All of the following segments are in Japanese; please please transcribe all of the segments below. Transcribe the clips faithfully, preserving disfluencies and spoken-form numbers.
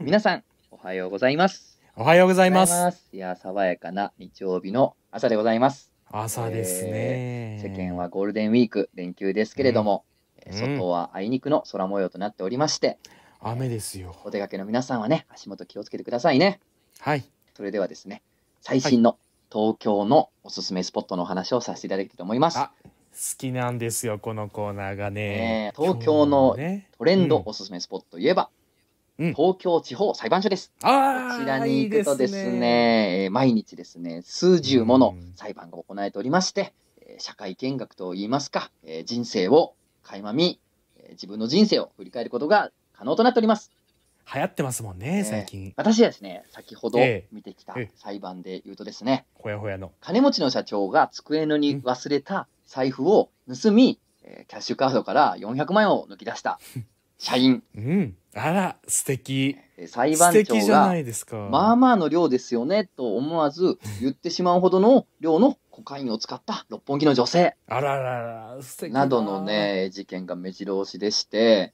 皆さんおはようございます。 おはようございます。 いや爽やかな日曜日の朝でございます。 朝ですね、 えー、世間はゴールデンウィーク連休ですけれども、うん、外はあいにくの空模様となっておりまして、 うん、雨ですよ。 お出かけの皆さんはね、足元気をつけてくださいね。 はい。 それではですね、最新の東京のおすすめスポットのお話をさせていただきたいと思います。 あ、好きなんですよこのコーナーがね。 えー、東京のトレンドおすすめスポットといえば、うん、東京地方裁判所です。 あこちらに行くとですね、いいですね、毎日ですね、数十もの裁判が行われておりまして、うん、社会見学といいますか、人生を垣間見、自分の人生を振り返ることが可能となっております。 流行ってますもんね、えー、最近。 私はですね、先ほど見てきた裁判で言うとですね、 ほやほやの金持ちの社長が机のに忘れた財布を盗み、うん、キャッシュカードからよんひゃくまんえんを抜き出した社員。 うん、あら素敵。 裁判長がまあまあの量ですよねと思わず言ってしまうほどの量のコカインを使った六本木の女性あららら素敵などのね事件が目白押しでして、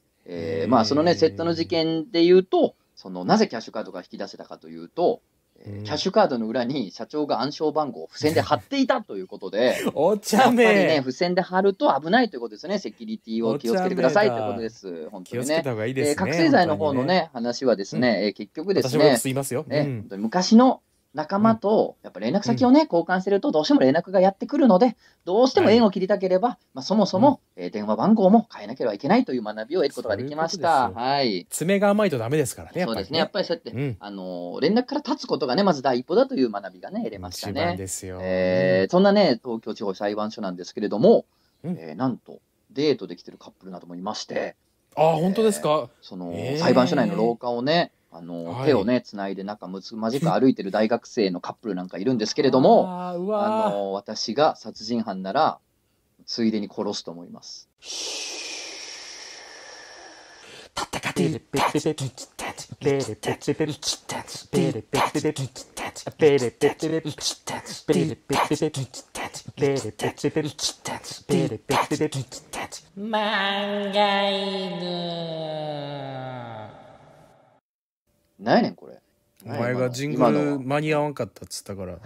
えー、まあそのね窃盗の事件で言うと、そのなぜキャッシュカードが引き出せたかというと、うん、キャッシュカードの裏に社長が暗証番号を付箋で貼っていたということでお茶目やっぱりね付箋で貼ると危ないということですね。セキュリティを気をつけてくださいということです。本当にね。 気をつけた方がいいですね。 えー、覚醒剤の方のね話はですね、うん、えー、結局ですね、 私もよく吸いますよ、うん、 えー、昔の仲間とやっぱ連絡先をね、うん、交換してるとどうしても連絡がやってくるので、どうしても縁を切りたければ、はい、まあ、そもそも、うん、えー、電話番号も変えなければいけないという学びを得ることができました。はい。 爪が甘いとダメですからね。 そうですね。やっぱりそうやって、うん、あのー、連絡から立つことがねまず第一歩だという学びがね得れましたね。 一番ですよ。 えー、そんなね東京地方裁判所なんですけれども、うん、えー、なんとデートできてるカップルなどもいまして。 あー、えー、本当ですか。 その、えー、裁判所内の廊下をね。あの、はい、手をねつないで仲むつまじく歩いてる大学生のカップルなんかいるんですけれどもああの私が殺人犯ならついでに殺すと思います。漫画犬なんやねんこれ。 お前がジングル間に合わんかったっつったから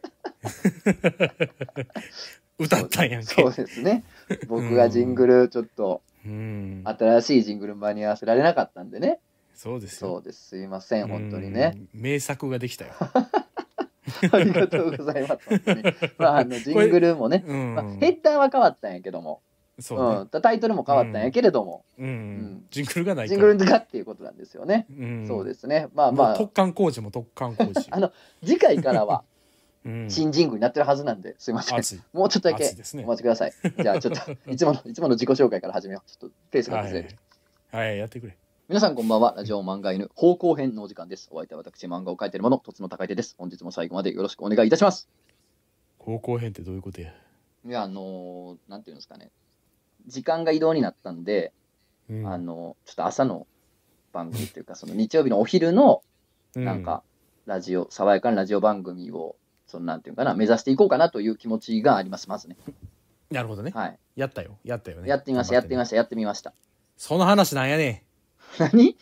歌ったんやんけ。 そうですね。僕がジングルちょっと新しいジングル間に合わせられなかったんでね。 そうですよ。 そうです。すいません本当にね。 名作ができたよ。 ありがとうございます。本当に。まああのジングルもね、まあ、ヘッダーは変わったんやけども。そうね、うん、タイトルも変わったんやけれども、 うんうん、ジングルがないからジングルがっていうことなんですよね、うん、そうですね。まあまあ特貫工事も特貫工事あの次回からは新ジングルになってるはずなんで、すいませんもうちょっとだけお待ちください、ね、じゃあちょっといつものいつもの自己紹介から始めよう。ちょっとペースが崩れる。 はい、はいはい、やってくれ。 皆さんこんばんは。ラジオ漫画犬方向編のお時間です。お相手は私漫画を描いている者とつの高い手です。本日も最後までよろしくお願いいたします。 方向編ってどういうことや。 いやあのー、なんていうんですかね、時間が移動になったんで、うん、あのちょっと朝の番組っていうかその日曜日のお昼のなんかラジオ、うん、爽やかなラジオ番組をそのなんていうかな目指していこうかなという気持ちがあります。まずね。 なるほどね。はい。やったよやったよね。 やってみましたやってみましたやってみました。 その話なんやねん。何？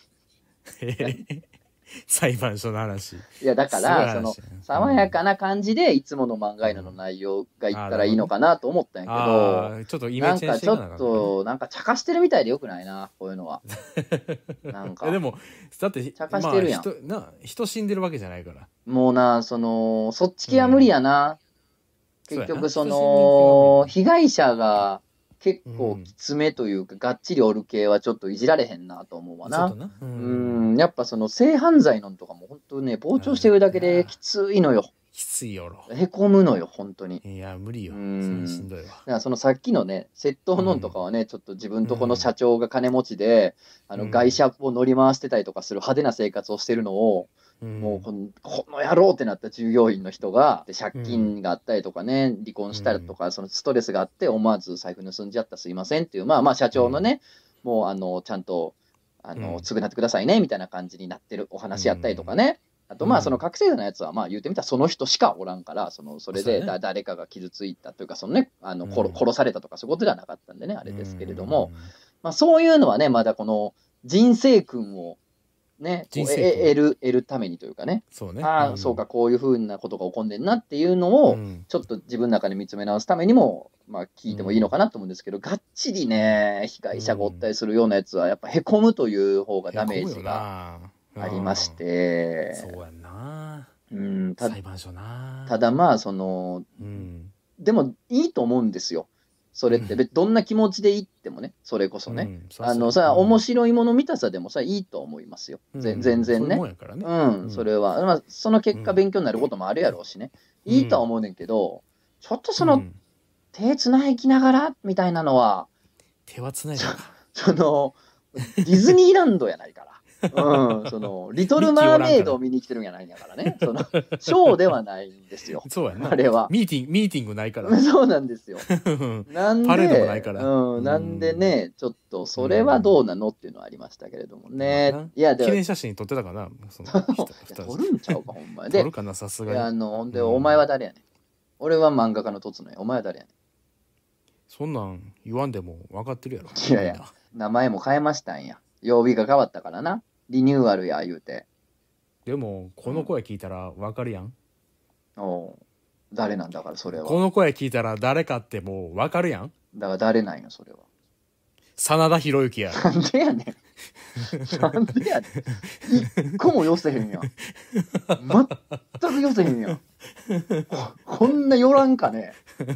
裁判所の話。 いやだからその爽やかな感じでいつもの漫画犬の内容がいったらいいのかなと思ったんやけど、 うん、ちょっとイメージなんかちょっとなんか茶化してるみたいでよくないなこういうのは。なんかでもだって茶化してるやん、 まあ、人, な人死んでるわけじゃないから。 もうなそのそっち系は無理やな、うん、結局その被害者が結構きつめというか、うん、がっちりおる系はちょっといじられへんなと思うわな。なうん、やっぱその性犯罪のとかも本当ね傍聴してるだけできついのよ。 きついよろ。 へこむのよ本当に。 いや無理よ。うんしんどいわ。だからそのさっきのね窃盗のんとかはね、うん、ちょっと自分とこの社長が金持ちで、うん、あの外車を乗り回してたりとかする派手な生活をしてるのを、うん、もうこのこの野郎ってなった従業員の人がで借金があったりとかね、うん、離婚したりとかそのストレスがあって思わず財布盗んじゃったすいませんっていうまあまあ社長のね、うん、もうあのちゃんとあの、うん、償ってくださいねみたいな感じになってるお話やったりとかね、うん、あとまあその覚醒剤のやつはまあ言うてみたらその人しかおらんからそのそれでだ誰かが傷ついたというかそのねあの殺、うん、殺されたとかそういうことではなかったんでねあれですけれども、まあそういうのはねまだこの人生訓をね、こう人生え得る得るためにというかね、 そうね。 ああ、 んそうか、こういうふうなことが起こんでんなっていうのを、 うんちょっと自分の中で見つめ直すためにも、まあ、聞いてもいいのかなと思うんですけど、がっちりね、被害者がおったりするようなやつは、やっぱへこむという方がダメーへこむよジがな。 ありましうんて、 そうやんな。 うん、た裁判所な。 ただまあ、その、 うん。 でもいいと思うんですよ。それって、別どんな気持ちでいってもね、それこそね。 うんそうそうあのさ、 うん面白いもの見たさでもさ、いいと思いますよ。ぜうん全然そういうもんね。 やからね。 うん、 うんそれは。まあ、その結果うん勉強になることもあるやろうしね。 うんいいとは思うねんけど、ちょっとそうのん手つないきながらみたいなのは、 手はつないだか。 その、ディズニーランドやないから。うん、その、リトル・マーメイドを見に来てるんやないんやからね。その、ショーではないんですよ。 そうやんな。 あれは。 ミーティング、ミーティングないから。 そうなんですよ。なんで、 パレードもないからうん、なんでね、ちょっと、それはどうなのっていうのはありましたけれどもね。 まあないや、でも、 記念写真撮ってたかなそのいや人撮るんちゃうか、ほんまに。で、 撮るかなさすいや、 がに。 あの、ほんで、 うんお前は誰やねん。俺は漫画家のとつのや。お前は誰やねそんなん言わんでも分かってるやろ。 いやいやみんな。 ん。名前も変えましたんや。曜日が変わったからな。リニューアルや、言うて。 でも、この声聞いたら分かるやん。 おう誰なんだから、それは。 この声聞いたら誰かってもう分かるやん。 だから誰なんよ、それは。 真田広之や。 なんでやねん。なんでやねん。一個も寄せへんやん。全く寄せへんやん。ここんな寄らんかね。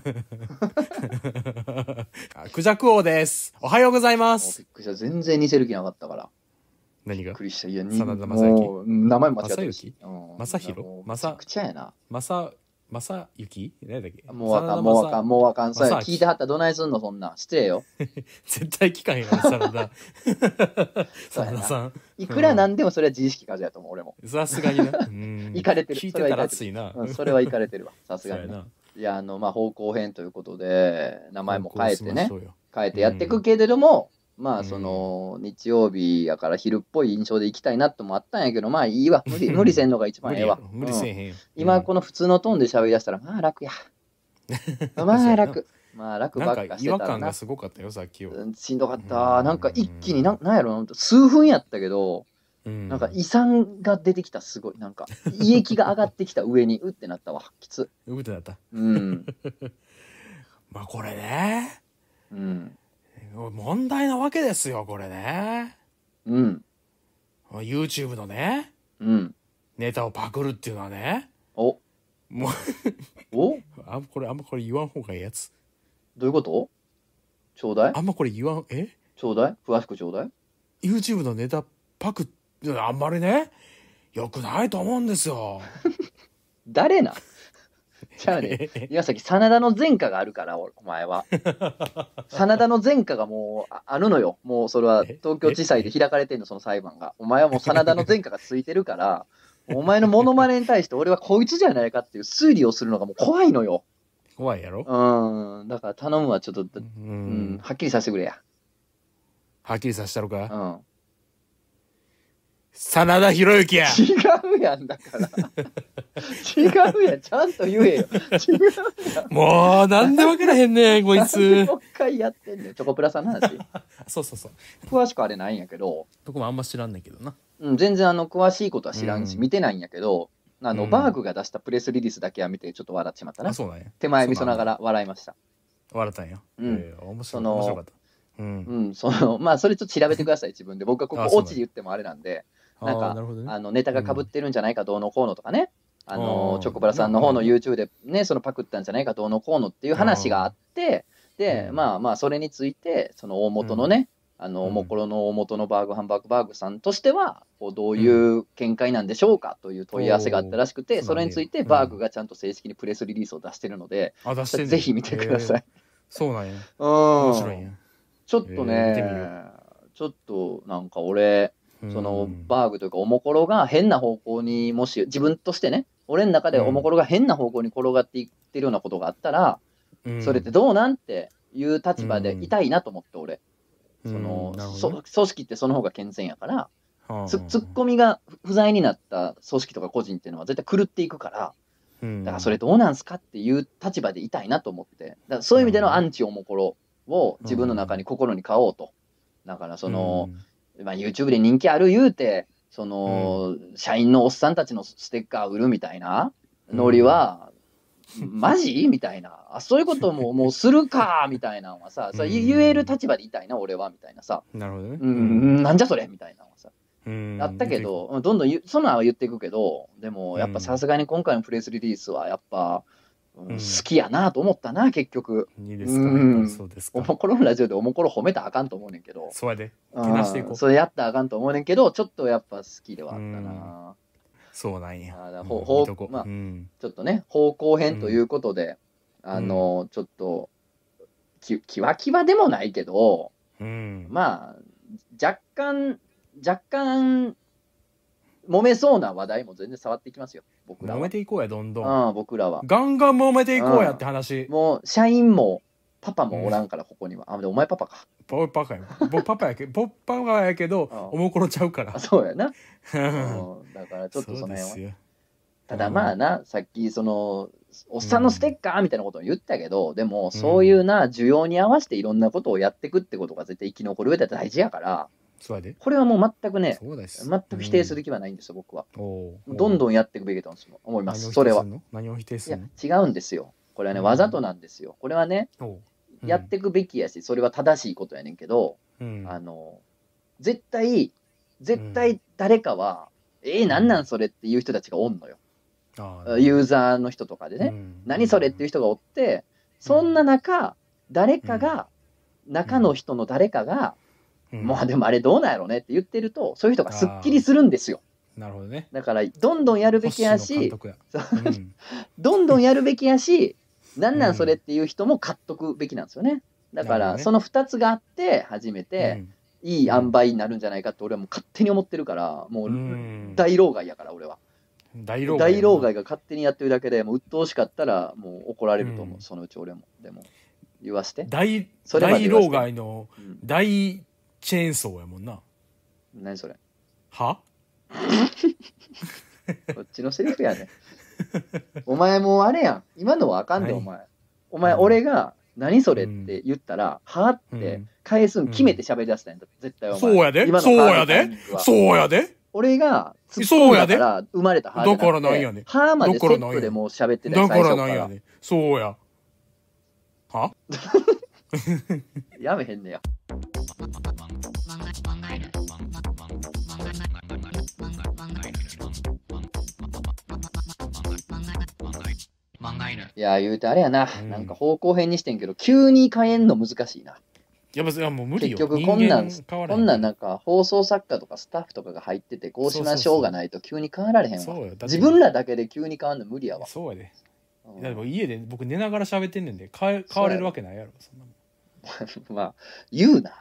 あクジャク王です。おはようございまもうす。 びっくりした。全然似せる気なかったから。び何がっくりした。いや、に真田正幸もう名前間違ってるし。 正うん正宏もうめちゃくちゃやな。 まさ、まさゆき何だっけもうわかん、もうわかん、もうわかん。それ正明聞いてはったらどないすんの、そんなん。失礼よ。 絶対聞かへんよ、真田。 そうやな真田さん。 いくらなんでもそれは自意識過剰やと思う、俺も。 さすがにな。うんいかれてる聞いてたら熱いな。 うん、それはいかれてるわ。さすがにね。 そうやな。 いや、あの、まあ、方向編ということで、名前も変えてねこうしましょ、うよ変えてやっていくけれども、まあ、 うんその、日曜日やから昼っぽい印象で行きたいなともあったんやけど、まあいいわ。無理、無理せんのが一番ええわ。 無理せえうんへんよ。 今、 うんこの普通のトーンで喋り出したら、まあ楽や。まあ楽。まあ楽ばなんかっかしてたらな違和感が。すごかったよ、さっきは。 うんしんどかった。 うんなんか一気にな、なんやろな、数分やったけど、 うんなんか胃酸が出てきた、すごい。なんか、胃液が上がってきた上に、うってなったわ。きつ。 うぶってなった。 うん。 まあこれね、 うん。 問題なわけですよ、これね。 うん。 YouTube のね、 うん。 ネタをパクるっていうのはね、 お、 もうおあんこれあんまこれ言わん方がいいやつ。 どういうことちょうだいあんまこれ言わん、えちょうだい詳しくちょうだい YouTube のネタパクあんまりね、よくないと思うんですよ。 誰なじゃあね、岩崎、真田の前科があるから、おお前は。真田の前科がもうああるのよ。もうそれはえ東京地裁で開かれてんの、その裁判が。お前はもう真田の前科がついてるから、お前のモノマネに対して俺はこいつじゃないかっていう推理をするのがもう怖いのよ。 怖いやろ。 うん。だから頼むわ、ちょっと、 ううんん、はっきりさせてくれや。 はっきりさせたろか。 うん。 真田広之や。 違うやんだから違うやん、ちゃんと言えよ。違うやん。 もうなんで分からへんねんこいなんでつ。 もう一回やってんねん、チョコプラさんの話。 そうそうそう。 詳しくあれないんやけど、 僕もあんま知らんねんけどな。 うん、全然あの詳しいことは知らんし、 うん見てないんやけど、あの、 うんバーグが出したプレスリリースだけは見てちょっと笑ってしまったなあ、。そうなんや。 手前味噌ながら笑いました。 笑ったんや。 うんえー面白い。 その面白かった。うん。 うん、その、まあ、それちょっと調べてください、自分で。僕がここあそうなんやオチで言ってもあれなんで、なんかあーなるほどね。 あの、ネタが被ってるんじゃないかどうのこうのとかね、あのあーチョコプラさんの方のうん YouTube でね、そのパクったんじゃないかどうのこうのっていう話があって、で、 うんまあまあ、それについて、その大元のね、あの、 うんおもころの大元のバーグハンバーグバーグさんとしては、こうどういう見解なんでしょうかという問い合わせがあったらしくて、 おーそれについてうんバーグがちゃんと正式にプレスリリースを出してるので、 あ、出してんねんぜひ見てください。 へーそうなんや。 うん。 面白いんや。 ちょっとえー見てみよね、ちょっとなんか俺、そのうんバーグというかおもころが変な方向にもし自分としてね、俺の中でおもころが変な方向に転がっていってるようなことがあったら、 うんそれってどうなんていう立場でいたいなと思って俺、 うんそのなるほどねそ組織ってその方が健全やから、 はあつツッコミが不在になった組織とか個人っていうのは絶対狂っていくから、 うんだからそれどうなんすかっていう立場でいたいなと思って、だからそういう意味でのアンチおもころを自分の中に心に買おうと。だからその、まあ、YouTube で人気ある言うて、 その、うん、社員のおっさんたちのステッカー売るみたいなノリは、うん、マジみたいな。あ、そういうことももうするかみたいなのはさ、うん、言える立場でいたいな、俺は、みたいなさ。 なるほどね。 うん、なんじゃそれみたいなのはさ。うん、あったけど、どんどんそんなんは言っていくけど、でもやっぱさすがに今回のプレスリリースはやっぱ、うん、好きやなと思ったな、結局。 いいですか、うん、そうですか。 おもころのラジオでおもころ褒めたらあかんと思うねんけど。 そうやで。けなしていこう。 それやったらあかんと思うねんけど、ちょっとやっぱ好きではあったな。うん、 そうなんや。 あほほうまあ、うん、ちょっとね、方向編ということで、うん、あの、ちょっと、き、きわきわでもないけど、うん、まあ、若干、若干、揉めそうな話題も全然触っていきますよ、僕らは。 揉めていこうや、どんどん。 ああ、僕らは。 ガンガン揉めていこうやって話。 もう、社員も、パパもおらんから、ここには。あ、で、お前パパか。 パパかよ。僕パパやけど、僕パパやけど、おもころちゃうから。 そうやな。だから、ちょっとその辺は。ただまあな、さっき、その、おっさんのステッカーみたいなことを言ったけど、でも、そういうな、需要に合わせていろんなことをやっていくってことが絶対生き残る上で大事やから、 そうやで。 これはもう全くね、全く否定する気はないんですよ、僕は。どんどんやっていくべきだと思います、それは。 何を否定するの？ いや、違うんですよ。これはね、わざとなんですよ。これはね、やっていくべきやし、それは正しいことやねんけど、あの、絶対、絶対誰かは、えー、なんなんそれっていう人たちがおんのよ。ユーザーの人とかでね、何それっていう人がおって、そんな中、誰かが、中の人の誰かが、もうでもあれどうなんやろうねって言ってると、そういう人がすっきりするんですよ。 なるほどね。 だから、どんどんやるべきやし、どんどんやるべきやし、なんなんそれっていう人も買っとくべきなんですよね。だから、そのふたつがあって、初めて、いい塩梅になるんじゃないかって俺はもう勝手に思ってるから、もう大老害やから、俺は。大老害。大老害が勝手にやってるだけで、もう鬱陶しかったら、もう怒られると思う、そのうち俺も。でも、言わして。 大老害の大チェーンソーやもんな。 何それ。 はこっちのセリフやね。お前もうあれやん。今のはあかんで、お前。お前、俺が、何それって言ったら、はって返すん決めて喋り出したんやん。絶対お前。 そうやで。そうやで。そうやで。 俺が、そうやで。生まれたはだからなんやねん。 はまでセットでもう喋ってたよ。だからなんやねん。そうや。はやめへんねや。いや、言うてあれやな、うん、なんか方向変にしてんけど、急に変えんの難しいな。 いや、いやもう無理よ。 結局こんなん、こんなんなんか放送作家とかスタッフとかが入ってて、こうしましょうがないと急に変わられへんわ。そうよ。自分らだけで急に変わるの無理やわ。 そうやで。うん、でも家で僕寝ながら喋ってんねんで、変え、変われるわけないやろ。そんなもんまあ、言うな。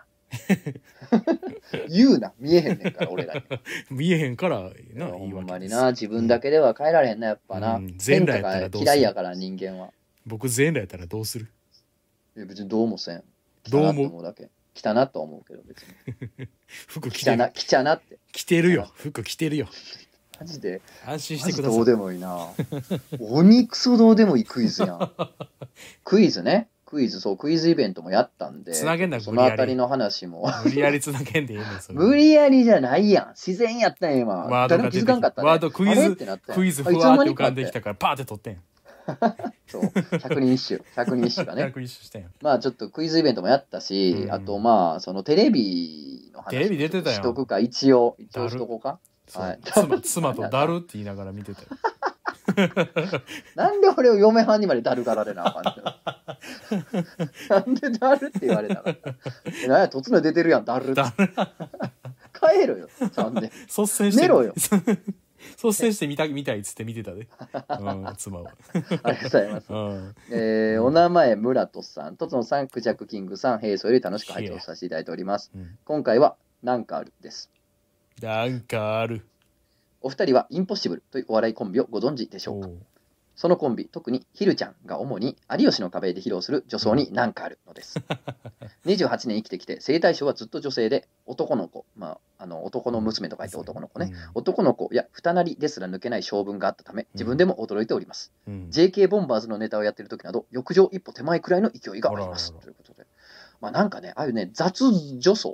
言うな。見えへんねんから、俺らに。 見えへんからな、 ほんまにな、自分だけでは変えられへんな、やっぱな。うん、全裸やったらどうする？嫌いやから、人間は。 僕全裸やったらどうする？ いや、別にどうもせん。 どう思う？ 思うだけ。汚なとは思うけど、別に。 服着てる。 汚なって。 着てるよ。服着てるよ。 マジで。 安心してください。 どうでもいいな。鬼クソどうでもいいクイズやん。クイズね。クイズ、そう、クイズイベントもやったんで、 つなげんな、 そのあたりの話も。 無理やりつなげんでいいねん、それ。 無理やりじゃないやん。自然やったんや、今。 ワードが出てきた。ワードクイズ、クイズふわーって浮かんできたから、パーって取ってん。 そう、百人一首。百人一首がね。 百人一首したんや。 まあちょっとクイズイベントもやったし、うん、あとまあ、そのテレビの話テレビ出てたよ。 しとくか、一応、一応しとこうか。 はい、妻, 妻とだるって言いながら見てたよ。 なんで俺を嫁はんにまでだるがられなあかんねん。なんでだるって言われたら。え、なんや、突然出てるやん、だるって。帰るよ、ちゃんで。 率先して。 寝ろよ。 率先して見た見たいっつって見てたで、うん、妻は。 ありがとうございます。うん、えー、お名前村戸さん、とつのさん、クジャクキングさん、平素より楽しく拝聴させていただいております。うん、今回はなんかあるです。 なんかある。 お二人はインポッシブルというお笑いコンビをご存知でしょうか。そのコンビ、特にひるちゃんが主に有吉の壁で披露する女装になんかあるのです。にじゅうはちねん生きてきて、生態賞はずっと女性で、男の子、まあ、あの男の娘と書いて男の子ね、うん、男の子や二なりですら抜けない性分があったため、自分でも驚いております。うん、ジェーケー ボンバーズのネタをやっている時など、浴場一歩手前くらいの勢いがあります。ということで。まあなんかね、ああいうね、雑女装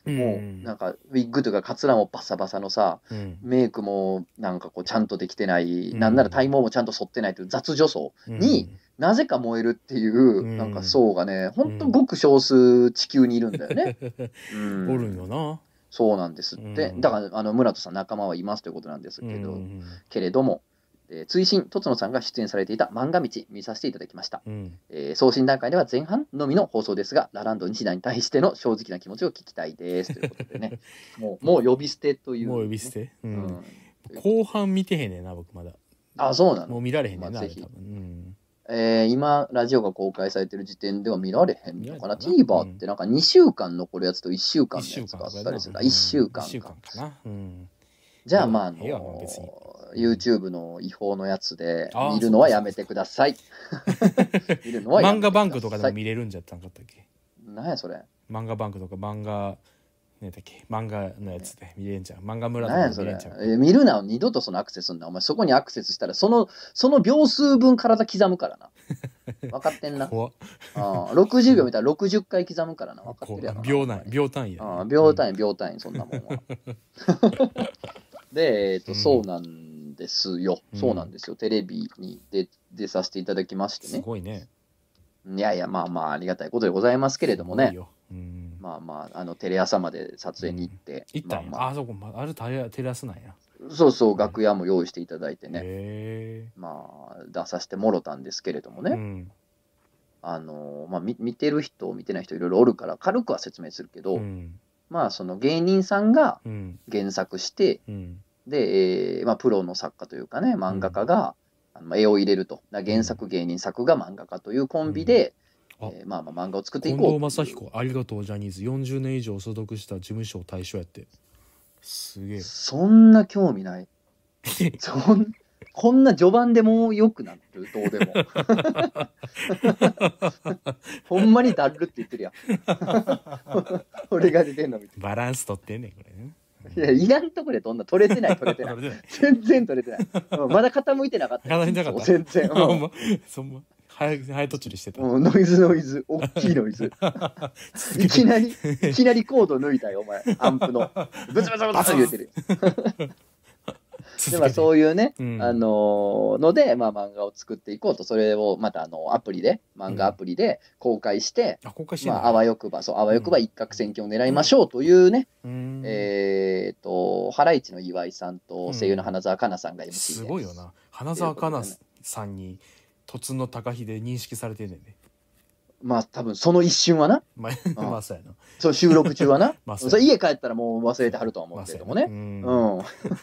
もうなんかウィッグというかカツラもバサバサのさ、 うん、 メイクもなんかこうちゃんとできてない、 うんなんなら体毛もちゃんと剃ってないという雑女装うんに、なぜか燃えるっていうう、なんかん層がね、ほんとうんごく少数地球にいるんだよね。うおるんよん。 な。 そうなんですっうて。だかん、 ら、あの、村戸さん仲間はいますということなんですうけど、 ん、 けれども、えー追伸、とつのさんが出演されていた漫画道見させていただきました。 うん、 えー送信段階では前半のみの放送ですが、ラランド西田に対しての正直な気持ちを聞きたいですということでね、もう、もう呼び捨てという、ね、 もう呼び捨て、ううんん、 後半見てへんねんな僕まだ。 あ、そうなの。 もう見られへんねんな、 まあ、ぜひ。 あれ多分。うん、 えー今、ラジオが公開されてる時点では見られへんのかな。 見られたかな。う TVer っん、 てなんかにしゅうかん残るやつといっしゅうかんの一週やつがあ間とかやな。 ったりする。あ、 うん、 いっしゅうかん一週か。 間かな。うん。 じゃあ、まあ、あええわもう別に。 の、YouTube の違法のやつでああ、 見るのはやめてください。見るのはや漫画めてくだバンクとかでさい。 も見れるんじゃったんかったっけ。 なんやそれ。 漫画バンクとか漫画ねだっけ、漫画のやつで見れんじゃん。漫画村とかなんやそれで見れんじゃん。。 え見るな、二度とそのアクセスすんな。お前そこにアクセスしたら、その、その秒数分体刻むからな。分かってんな。 怖っ。 ああろくじゅうびょう見たらろくじゅっかい刻むからな。分かってるやろな。 秒単位、秒単位や、ね。 ああ秒単位、秒単位、そんなもんは。で、えっと、 うんそうなんですよ。 うんそうなんですよ。テレビに出出させていただきましてすね。 ごいね。 いやいや、まあまあ、ありがたいことでございますけれどもね。 すごいよ。うん。 まあまあ、あの、テレ朝まで撮影に行って。 行ったんや。 まあまあ、そこ、まあれテレテレ朝なんや。 あ、そうそう、楽屋も用意していただいてね。 へまあ、出させてもろたんですけれどもえ。うね。 ん。 あの、まあ、み見てる人、見てない人いろいろおるから、軽くは説明するけど、 うん。 まあ、その芸人さんがうん。 原作して、 うん。 で、えーまあ、プロの作家というかね、漫画家が、あの絵を入れると。だから原作芸人作が漫画家というコンビで、 うんあえーまあまあ漫画を作ってい近こうという。 藤正彦、ありがとうジャニーズ。よんじゅうねん以上所属した事務所対象やって。すげえ。 そんな興味ない。そんこんな序盤でもう良くなってる、どうでも。ほんまにだるって言ってるやん。俺が出てんのみたいバランス取ってんねん、これね。 な。いや、いらんとこでどんな取れてない、取れてない。 取れてない全然取れてない。うんまだ傾いてなかったよ。 傾いてなかったそう全然。うんほんま、そんま、早早とちりしてた。 うんノイズノイズ、大きいノイズ。いきなり、いきなりコード抜いたよ、お前。アンプの。ブツブツブツ言うてるよ。で、まあそういうね、 うんあのーので、まあ漫画を作っていこうと、それをまたあの、アプリで、漫画アプリで公開して、 あ、公開してんのまあ、あわよくば、そう、あわよくば一攫千金を狙いましょうというね、 うんえっと、ハライチの岩井さんと声優の花澤香菜さんが エムシーすで。 ごいよな。花澤香菜さんに、突の高秀認識されてんねんね。 まあ多分その一瞬はな、 まあ、 うんまあ、そうやな。 そう収録中はな、 まあそれ家帰ったらもう忘れてはるとは思うけれどもね。 まあうん。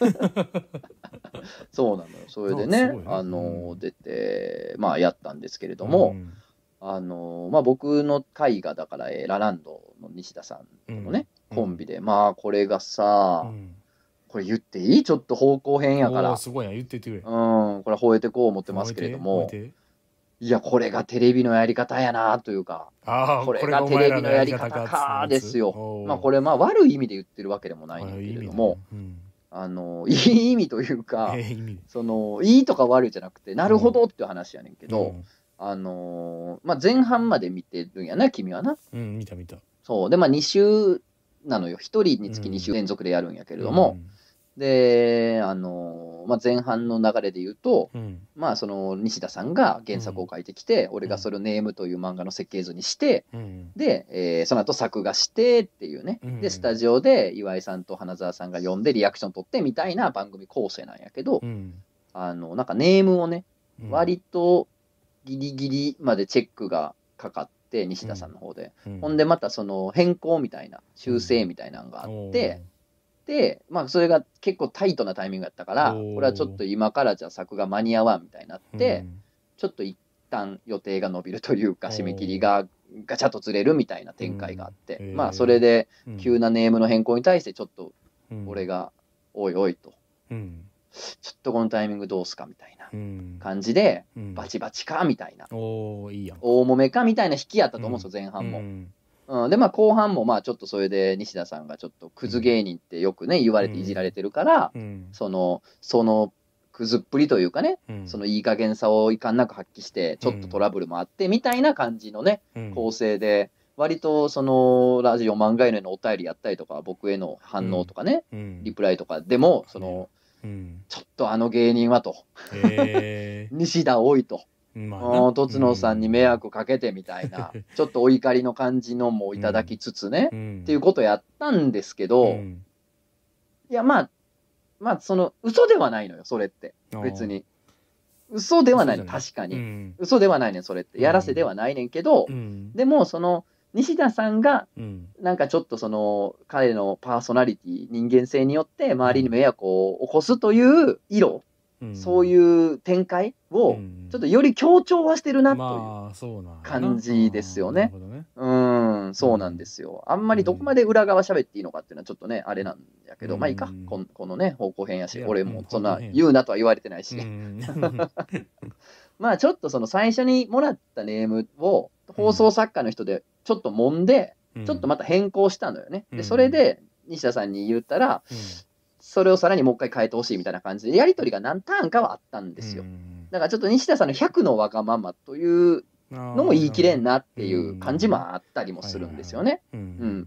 そうなのよ。それでねあすごいね、 あのう、ん出て、まあやったんですけれどうも、 んあの、まあ僕の回がだから、えーラランドの西田さんとのね、 うんコンビで、まあこれがさ、 うんこれ言っていいちょっと方向変やから。 おーすごいな、言ってってくれ。 うん、これ吠えてこう思ってますけれども覚え、て覚えていや、これがテレビのやり方やなというか、 ああ、 これがテレビのやり方かですよ。まあこれれまあ悪い意味で言ってるわけでもないんだけれども、 うん、 あの、いい意味というかえ、え意味で。 その、いいとか悪いじゃなくて、なるほどっていう話やねんけど、 うんあの、まあ前半まで見てるんやな、君はな。 うん、見た見た。 そう。で、まあに週なのよ。ひとりにつきに週連続でやるんやけれども、で、あの、まあ前半の流れで言うと、 うん、うんまあその西田さんが原作を書いてきて、俺がそれをネームという漫画の設計図にして、 うんで、えーその後作画してっていうね、 うんで、スタジオで岩井さんと花澤さんが呼んでリアクション取ってみたいな番組構成なんやけど、 うんあの、なんかネームをね、 うん割とギリギリまでチェックがかかって、西田さんの方で。 うんほんでまたその変更みたいな、修正みたいなのがあって、で、まあそれが結構タイトなタイミングだったから、 おーこれはちょっと今からじゃ作画間に合わんみたいになっおーて、 うんちょっと一旦予定が伸びるというか、 おー締め切りがガチャッとずれるみたいな展開があって、 うんへーまあそれでうん急なネームの変更に対してちょっとうん俺が、おいおいと、 うんちょっとこのタイミングどうすかみたいなうん感じで、 うんバチバチかみたいな、 おおいいやん。 大揉めかみたいな引きやったと思うんですよ、前半も。 うんうん、で、まあ後半もまあちょっとそれで西田さんがちょっとクズ芸人ってよくね、言われていじられてるから、 うんその、その、クズっぷりというかね、 うんそのいい加減さをいかんなく発揮して、ちょっとトラブルもあって、みたいな感じのね、 うん構成で、 割とそのラジオ漫画へのお便りやったりとか、僕への反応とかね、 うん、 リプライとかでも、その、 うん、 ちょっとあの芸人はと、 へ西田多いと、 え、まあな、 とつのさんに迷惑かけてみたいな、ちょっとお怒りの感じのもいただきつつね、 うん、 っていうことやったんですけど、 うん、 いや、まあ、まあ、その、嘘ではないのよ、それって。別に。嘘ではないの、確かに。うん、嘘ではないねん、それって。やらせではないねんけど、うん、でも、その、西田さんが、なんかちょっとその、彼のパーソナリティ、人間性によって周りに迷惑を起こすという色、うん、そういう展開を、ちょっとより強調はしてるなという感じですよね。うん、そうなんですよ。あんまりどこまで裏側喋っていいのかっていうのはちょっとね、あれなんやけど、まあいいか、このこのね、方向編やし、俺もそんな言うなとは言われてないし。まあちょっとその最初にもらったネームを放送作家の人でちょっと揉んで、ちょっとまた変更したのよね。で、それで西田さんに言ったら、それをさらにもう一回変えてほしいみたいな感じで、やりとりが何ターンかはあったんですよ。だからちょっと西田さんのひゃくのわがままというのも言い切れんなっていう感じもあったりもするんですよね。うん。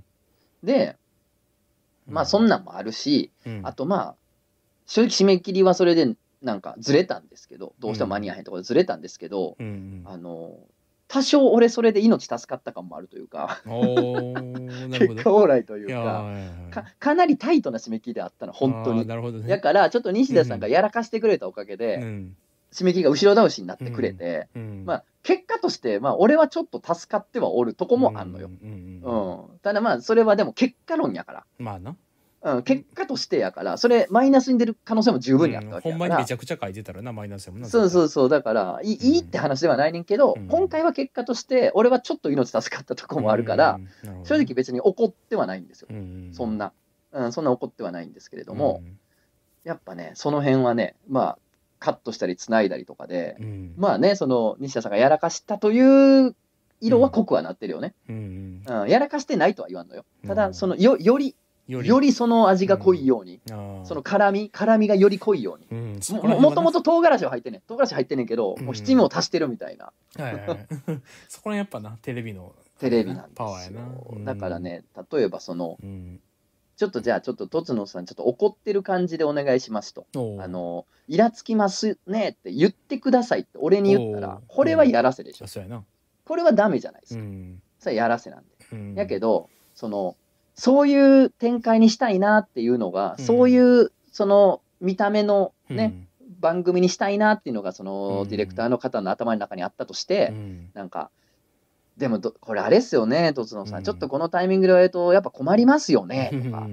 で、まあそんなんもあるし、あとまあ、正直締め切りはそれでなんかずれたんですけど、どうしても間に合わへんところでずれたんですけど、あの、多少俺それで命助かった感もあるというか結果オーライというかか、かなりタイトな締め切りであったの、本当に。なるほどね。だから、ちょっと西田さんがやらかしてくれたおかげで、うん、締め切りが後ろ倒しになってくれて、うんうん、まあ、結果として、まあ、俺はちょっと助かってはおるとこもあんのよ。うん。ただまあ、それはでも結果論やから。まあな。うん、結果としてやから、それマイナスに出る可能性も十分にあったわけやから、うん、ほんまにめちゃくちゃ書いてたらな、マイナスやもんな。そうそうそう、だからいい、いいって話ではないねんけど、うん、今回は結果として俺はちょっと命助かったとこもあるから、うん、正直別に怒ってはないんですよ、うん、そんな、うん、そんな怒ってはないんですけれども、うん、やっぱねその辺はね、まあカットしたり繋いだりとかで、うん、まあね、その西田さんがやらかしたという色は濃くはなってるよね、うんうん、やらかしてないとは言わんのよ。ただその よ, よりより、よりその味が濃いように、うん、その辛み辛みがより濃いように、うん、も, もともと唐辛子は入ってんねん唐辛子入ってんねんけど、うん、もう七味を足してるみたいな、はいはいはい、そこらやっぱなテレビのテレビなんですよ、パワーやな、うん、だからね例えばその、うん、ちょっとじゃあちょっととつのさんちょっと怒ってる感じでお願いしますと、あのイラつきますねって言ってくださいって俺に言ったらこれはやらせでしょ、そうやな、これはダメじゃないですか、うん、それはやらせなんで、うん、やけどそのそういう展開にしたいなっていうのが、うん、そういうその見た目のね、うん、番組にしたいなっていうのがそのディレクターの方の頭の中にあったとして、うん、なんかでもこれあれっすよねとつのさん、うん、ちょっとこのタイミングで言われるとやっぱ困りますよねとか、うん、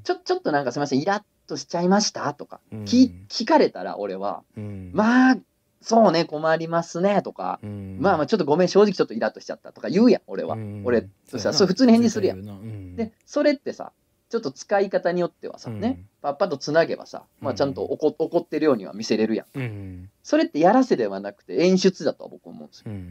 ちょちょっとなんかすみませんイラッとしちゃいましたとか、うん、聞, 聞かれたら俺は、うん、まあそうね困りますねとか、うん、まあまあちょっとごめん正直ちょっとイラッとしちゃったとか言うやん俺は、うん、俺としたらそれ普通に返事するやん、うん、でそれってさちょっと使い方によってはさ、うん、ねパッパッとつなげばさ、まあ、ちゃんと 怒, 怒ってるようには見せれるやん、うん、それってやらせではなくて演出だとは僕思うんですよ、うんうん、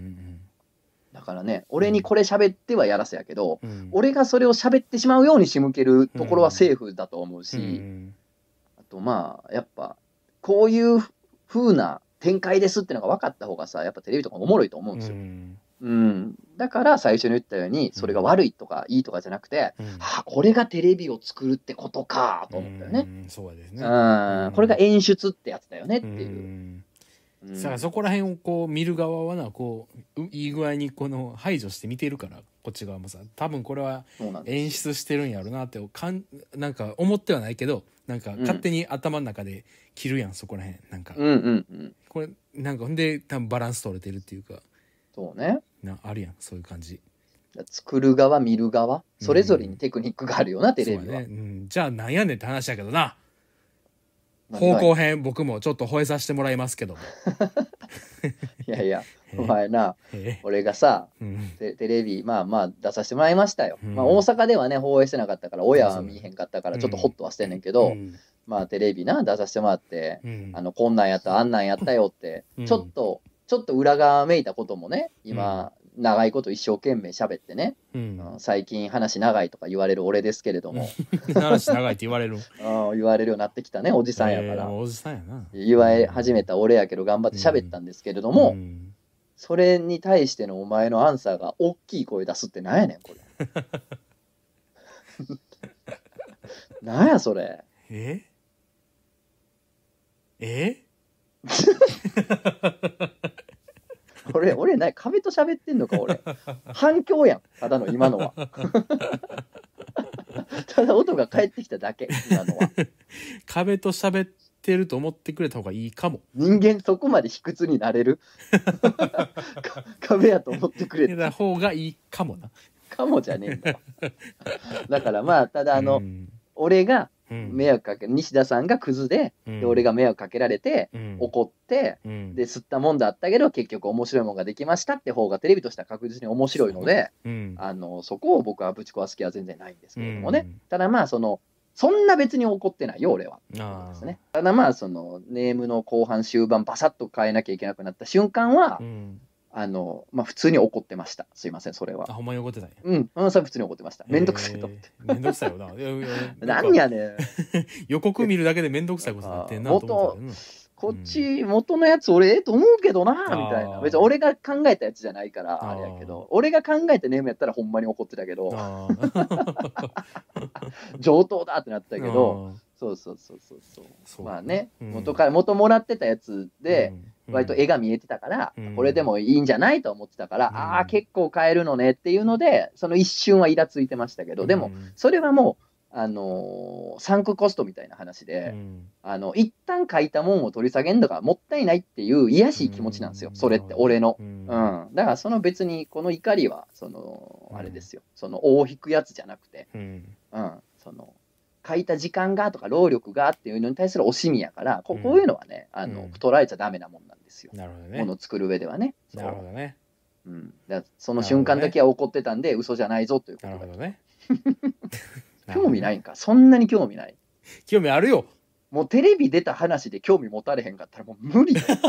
だからね俺にこれ喋ってはやらせやけど、うん、俺がそれを喋ってしまうように仕向けるところはセーフだと思うし、うん、あとまあやっぱこういう風な展開ですってのが分かった方がさやっぱテレビとかおもろいと思うんですよ、うんうん、だから最初に言ったようにそれが悪いとかいいとかじゃなくて、うん、はあこれがテレビを作るってことかと思ったよね、うん、そうですね、うん、これが演出ってやつだよねっていう、うんうん、さあそこら辺をこう見る側はなこういい具合にこの排除して見てるからこっち側もさ多分これは演出してるんやろなってかんなんか思ってはないけどなんか勝手に頭の中で切るやん、うん、そこら辺なんか、うんうんうん、これなんかほんで多分バランス取れてるっていうかそうねなあるやんそういう感じ作る側見る側それぞれにテクニックがあるよな、うん、テレビは、ねうん、じゃあなんやねんって話だけどな方向編僕もちょっと吠えさせてもらいますけどもいやいやお前な俺がさ、うん、テ, テレビまあまあ出させてもらいましたよ、うんまあ、大阪ではね放映してなかったから親は見えへんかったからちょっとホッとはしてんねんけど、うん、まあテレビな出させてもらって、うん、あのこんなんやったあんなんやったよって、うん、ちょっとちょっと裏側めいたこともね今、うん、長いこと一生懸命喋ってね、うん、最近話長いとか言われる俺ですけれども話長いって言われる言われるようになってきたねおじさんやから、えー、おじさんやな言われ始めた俺やけど頑張って喋ったんですけれども、うん、 それに対してのお前のアンサーが大きい声出すってなんやねんこれ。なんやそれ。 ええ俺俺な壁と喋ってんのか俺。反響やんただの今のは。ただ音が返ってきただけ今のは。 壁と喋ってると思ってくれた方がいいかも。 人間そこまで卑屈になれる壁やと思ってくれた方がいいかもな。 かもじゃねえんだわ。だからまあただあの、 うん、 俺がうん迷惑かけ、西田さんがクズで、 うんで俺が迷惑かけられて、 うん、 怒って、 うん、 で吸ったもんだったけど結局面白いもんができましたって方がテレビとしては確実に面白いので、 うん、 あのそこを僕はぶち壊す気は全然ないんですけれどもね、 うん、 ただまあそのそんな別に怒ってないよ俺はですね。ただまあそのネームの後半終盤バサッと変えなきゃいけなくなった瞬間は、うん、あのまあ普通に怒ってました。すいませんそれは。 あほんまに怒ってたんや。 うん、うん、それ普通に怒ってました。めんどくさいと思って。 めんどくさいよな。 何やねん。 予告見るだけでめんどくさいことになってんなと思ったけどな。 こっち元のやつ俺ええと思うけどなみたいな。別に俺が考えたやつじゃないからあれやけど、俺が考えたネームやったらほんまに怒ってたけど、上等だってなったけど、そうそうそうそうそう。まあね、元から元もらってたやつで割と絵が見えてたから、これでもいいんじゃないと思ってたから、ああ結構変えるのねっていうので、その一瞬はイラついてましたけど、でもそれはもう。あのー、サンクコストみたいな話で、うん、あの一旦書いたもんを取り下げるのがもったいないっていう卑しい気持ちなんですよ、うん、それって俺の、うん、うん、だからその別にこの怒りはそのあれですよ、その尾を引くやつじゃなくて、うんうん、その書いた時間がとか労力がっていうのに対する惜しみやからこ, こういうのはねあの、捉えちゃダメなもんなんですよ、なるほどね、ものを作る上ではね。 なるほどね、 うん、だその瞬間だけは怒ってたんで、ね、嘘じゃないぞということで。 なるほどね。 興味ないんか、そんなに興味ない。 興味あるよ。 もうテレビ出た話で興味持たれへんかったらもう無理だよ。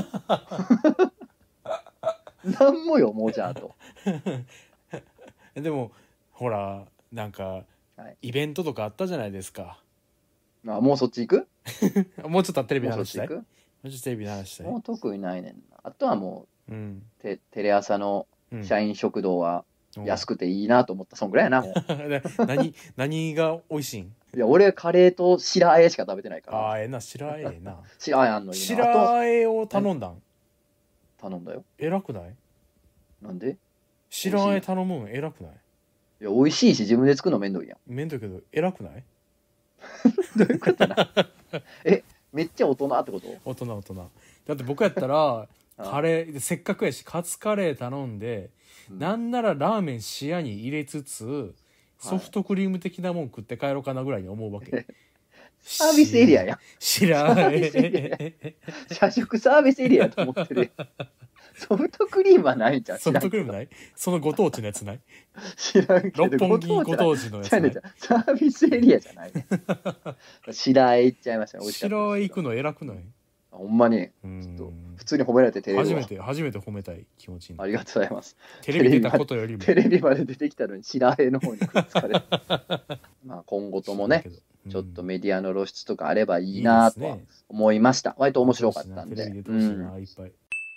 なんもよもうじゃあと。 でもほらなんか、はい、イベントとかあったじゃないですか。 あもうそっち行く？ もうちょっとテレビの話したい。もうちょっとテレビの話したい。 もう特にないねんな。あとはもう、うん、テ, テレ朝の社員食堂は、うん、安くていいなと思ったそんぐらいやなもう。 何何が美味しいん？ いや俺カレーと白あえしか食べてないから。 ああええな白あえな。 白あえあんのいいな。 白あえを頼んだん？ 頼んだよ。 偉くない？ なんで？ 白あえ頼むん偉くない？ いや美味しいし自分で作るのめんどいやん。 めんどいけど偉くない？ どういうことな？えめっちゃ大人ってこと？ 大人大人。だって僕やったらカレーせっかくやしカツカレー頼んで、うん、なんならラーメン視野に入れつつソフトクリーム的なもん食って帰ろうかなぐらいに思うわけ、はい、 サービスエリアやん。 知らん。 社食サービスエリアやと思ってる。ソフトクリームはないんじゃん。 ソフトクリームない？そのご当地のやつない？ 知らんけど。 六本木ご当地のやつない？ サービスエリアじゃないね。白あえ行っちゃいましたね。美味しかった。 白あえ行くの偉くない？ ほんまに。ちょっと普通に褒められてテレビ初めて初めて褒めたい気持ちに。 ありがとうございます。 テレビ出たことよりもテレビまで出てきたのに白あえの方に食いつかれる。まあ今後ともね、うん、ちょっとメディアの露出とかあればいいなとは思いました。いいね、割と面白かったんで。テレビ出てほしいな、うん、いっぱい。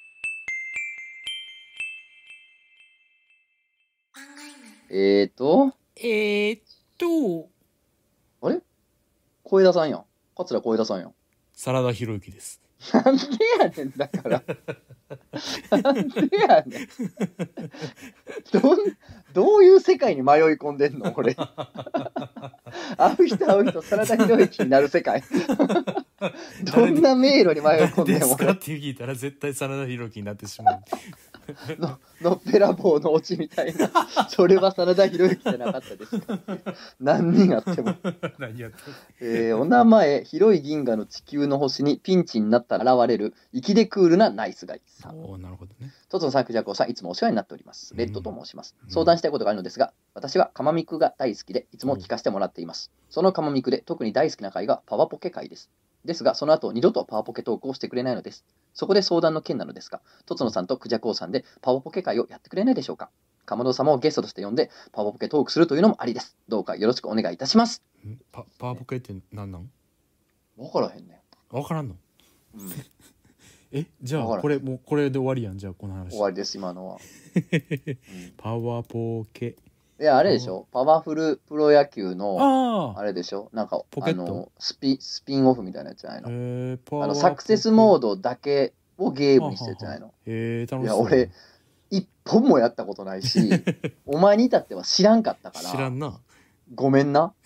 えーとえーとあれ小枝さんやん。桂小枝さんやん。 真田広之です。 なんでやねんだからなんでやねんどんどういう世界に迷い込んでんの俺会う人会う人真田広之になる世界どんな迷路に迷い込んでんのですかって聞いたら絶対真田広之になってしまうののっぺらぼうのオチみたいなそれは真田広之じゃなかったですか何人あっても何やっても、 えー、お名前広い銀河の地球の星にピンチになったら現れる粋でクールなナイスガイさん。 おなるほどね。 とつのさくじゃこさんいつもお世話になっております。レッドと申します、うん、相談したいことがあるのですが、私はカマミクが大好きでいつも聞かせてもらっています、うん、そのカマミクで特に大好きな回がパワポケ回です。ですがその後二度とパワポケトークをしてくれないのです。そこで相談の件なのですが、とつのさんとクジャコウさんでパワポケ会をやってくれないでしょうか。かまど様をゲストとして呼んでパワポケトークするというのもありです。どうかよろしくお願いいたします。 パ, パワポケって何なん？ 分からへんねん。分からんの、 うん、 えじゃあこれもうこれで終わりやん。じゃあこの話終わりです今のは、うん、 パワポケ。 いやあれでしょ、パワフルプロ野球のああれでしょ、なんかポケットあのスピスピンオフみたいなやつじゃないの、 えー、 あのサクセスモードだけをゲームにしてるじゃないの。 へえ楽しそう。 いや俺一本もやったことないしお前に至っては知らんかったから知らんな。 ごめんな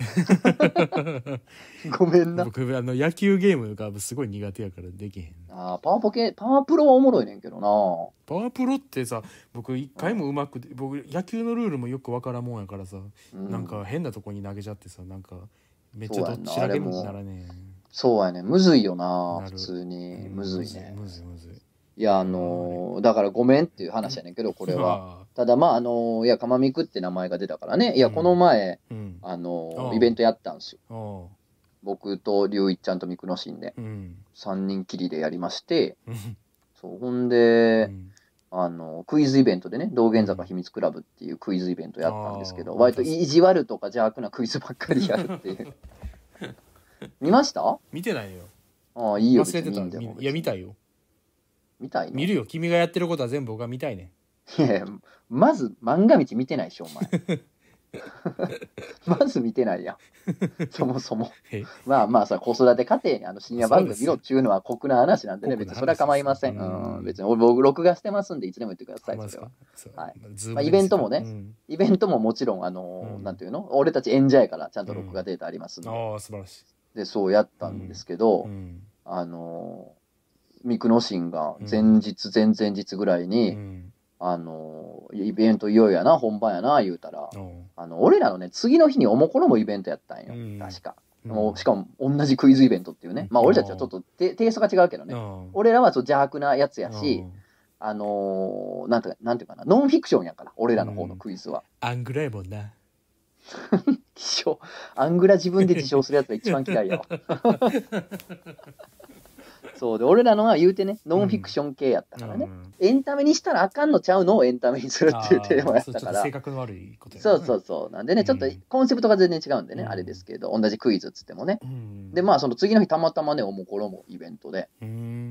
ごめんな。 僕あの野球ゲームがすごい苦手やからできへん。 あーパワポケパワープロはおもろいねんけどな。 パワープロってさ僕一回もうまく僕野球のルールもよくわからんもんやからさ、うん、なんか変なとこに投げちゃってさなんかめっちゃどっちらけにならねえ。 そうやねむずいよな普通にむずいね。 むずいむずい。 いやあのー、だからごめんっていう話やねんけどこれはただまああのー、いやかまみくって名前が出たからねいやこの前、うん、あのー、イベントやったんですよ。僕と龍一ちゃんとミクノシンで、うん、さんにんきりでやりましてそうほんで、うん、あのクイズイベントでね道玄坂秘密クラブっていうクイズイベントやったんですけど、割と意地悪とか邪悪なクイズばっかりやるっていう見ました？ 見てないよ。 ああいいよ忘れてた。いや見たいよ。 見たいの？ 見るよ。君がやってることは全部僕が見たいね。 いやまず漫画道見てないでしょお前まず見てないやんそもそもまあまあさ子育て家庭にあの深夜番組見ろっちゅうのは酷な話なんでね別にそれは構いません。うん別に僕録画してますんでいつでも言ってくださいそれは。はいまあ、イベントもね、うん、イベントももちろんあの、うん、なんていうの俺たち演者やからちゃんと録画データありますんで、うん、 あ素晴らしい。 でそうやったんですけど、うん、あのミクノシンが前日、うん、前々日ぐらいに、うんあのイベントいよいよやな本番やな言うたら、あの俺らのね次の日におもころもイベントやったんよ、うん、確か、うん、もうしかも同じクイズイベントっていうね、まあ俺たちはちょっとテイストが違うけどね、うん、俺らはちょっと邪悪なやつやし、うん、あのー、なんてなんていうかなノンフィクションやから俺らの方のクイズは、 うん、アングラやもんな希少アングラ自分で自称するやつが一番嫌いやわそうで俺らのは言うてねノンフィクション系やったからね、うん、エンタメにしたらあかんのちゃうのをエンタメにするっていうテーマやったから性格の悪いことや、ね、 そうそうそうなんでね、うん、ちょっとコンセプトが全然違うんでね、うん、あれですけど同じクイズっつってもね、うん、でまあその次の日たまたまねおもころもイベントで、うん、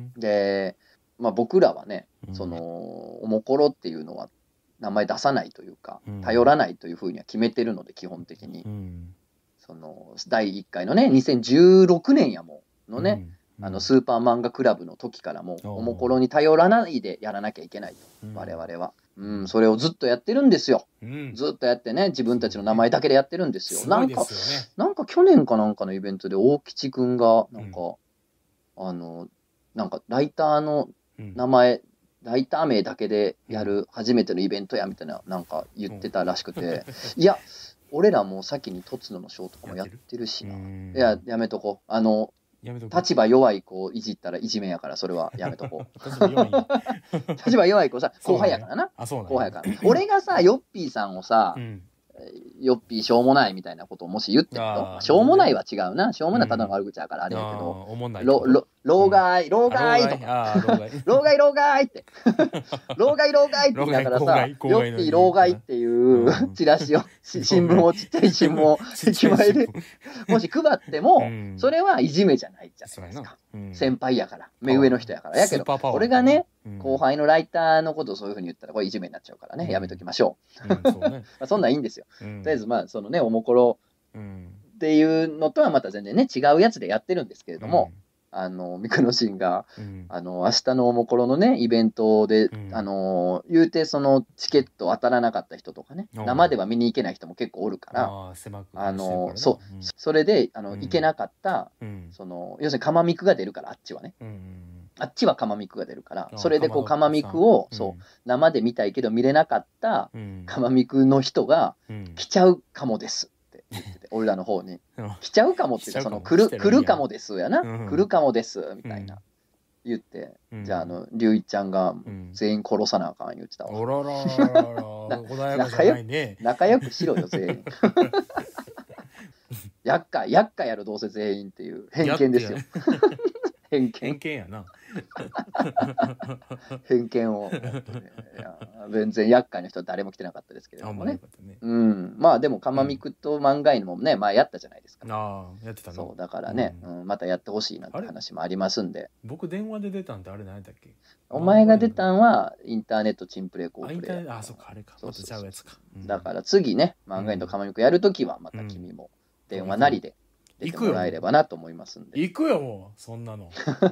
でまあ僕らはねそのおもころっていうのは名前出さないというか、うん、頼らないというふうには決めてるので基本的に、うん、そのだいいっかいのねにせんじゅうろくねんやもんのね、うん、あのスーパー漫画クラブの時からもおもころに頼らないでやらなきゃいけないと、うん、我々は、うん、それをずっとやってるんですよ、うん、ずっとやってね自分たちの名前だけでやってるんですよ、うん、なんか、ね、なんか去年かなんかのイベントで大吉くんがなんか、うん、あのなんかライターの名前、うんライター名だけでやる初めてのイベントやみたいななんか言ってたらしくて、いや俺らもう先にとつののショーとかもやってるしな、いややめとこあの立場弱い子いじったらいじめやからそれはやめとこ立場弱い子さ後輩やからな、後輩やから俺がさヨッピーさんをさ、うんヨッピーしょうもないみたいなことをもし言ってるとしょうもないは違うなしょうもないただの悪口やからあれやけど、うん、ろろ老害老害とか老害老害って老害老害って言いながらさヨッピー老害っていうチラシを新聞をちっちゃい新聞を駅前でもし配ってもそれはいじめじゃないじゃないですか、うん、先輩やから目上の人やからやけど俺がね後輩のライターのことをそういうふうに言ったらこれいじめになっちゃうからね、うん、やめときましょう、うんそうねまあ、そんなんいいんですよ、うん、とりあえずまあそのねおもころっていうのとはまた全然ね違うやつでやってるんですけれども、うん、あのミクノシンが、うん、あの明日のおもころのねイベントで、うん、あの言うてそのチケット当たらなかった人とかね、うん、生では見に行けない人も結構おるからああのそう、うん、それであの、うん、行けなかった、うん、その要するにカマミクが出るからあっちはね、うんあっちはカマミクが出るからそれでこうカマミクを、うん、そう生で見たいけど見れなかったカマミクの人が来ちゃうかもですって言ってて、うん、俺らの方に来ちゃうかもっていうかその来る来るかもですやな、うん、来るかもですみたいな言って、うん、じゃああの龍一ちゃんが全員殺さなあかん言ってたわ、うん、おららららら穏やかじゃないね仲良くしろよ全員厄介厄介やろどうせ全員っていう偏見ですよ偏見偏見やな。 偏見を持ってね、いや全然厄介な人は誰も来てなかったですけれどもね。 ねうん、まあでもかまみくと漫画犬もね、前やったじゃないですか。 ああやってたの。 そうだからね、うん、またやってほしいなって話もありますんで。 僕電話で出たんってあれ何だっけ。 お前が出たんはインターネットチンプレイコープレイ。 ああ、そっか、あれか。またちゃうやつか。 だから次ね、漫画犬とかまみくやるときはまた君も電話なりで出てもらえればなと思いますんで。 行くよもうそんなの。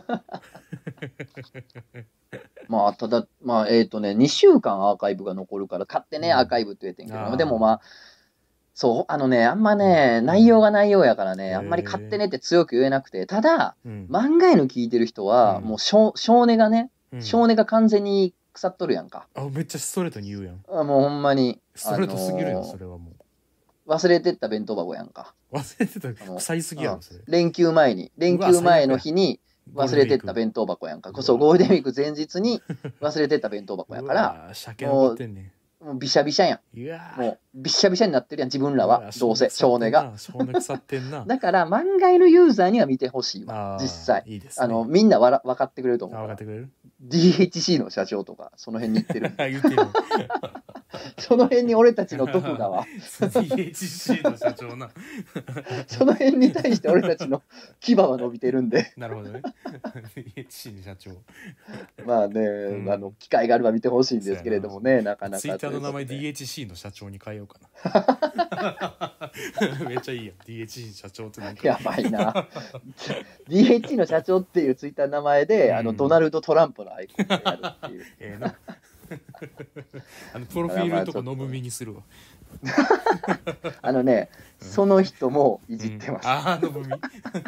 まあただまあえっとねにしゅうかんアーカイブが残るから買ってね、アーカイブって言えてんけども、でもまあそうあのねあんまね内容が内容やからねあんまり買ってねって強く言えなくて、ただ漫画犬聞いてる人はもう少年がね少年が完全に腐っとるやんか。 あ、めっちゃストレートに言うやん。 あもうほんまにストレートすぎるよ、それはもう忘れてった弁当箱やんか。 忘れてた臭いすぎやろそれ。 連休前に連休前の日に忘れてった弁当箱やんか。そうゴールデンウィーク前日に忘れてった弁当箱やからもうもうびしゃびしゃやん。もうびしゃびしゃになってるやん自分らは。どうせ少年がだから漫画犬ユーザーには見てほしいわ実際。いいです、ね、あのみんなわら分かってくれると思う。分かってくれる。 ディーエイチシー の社長とかその辺に行ってる言ってるその辺に俺たちの徳川 ディーエイチシー の社長なその辺に対して俺たちの牙は伸びてるんでなるほどね。 ディーエイチシー の社長まあね、うん、あの機会があれば見てほしいんですけれどもね、なかなかツイッターの名前 ディーエイチシー の社長に変えようかな。めっちゃいいやん ディーエイチシー 社長ってなんかやばいなディーエイチシー の社長っていうツイッターの名前で、うん、あのドナルド・トランプのアイコンでやるっていうええなあのプロフィールのとこのぶみにするわ。あのね、うん、その人もいじってます、うん、あのぶみ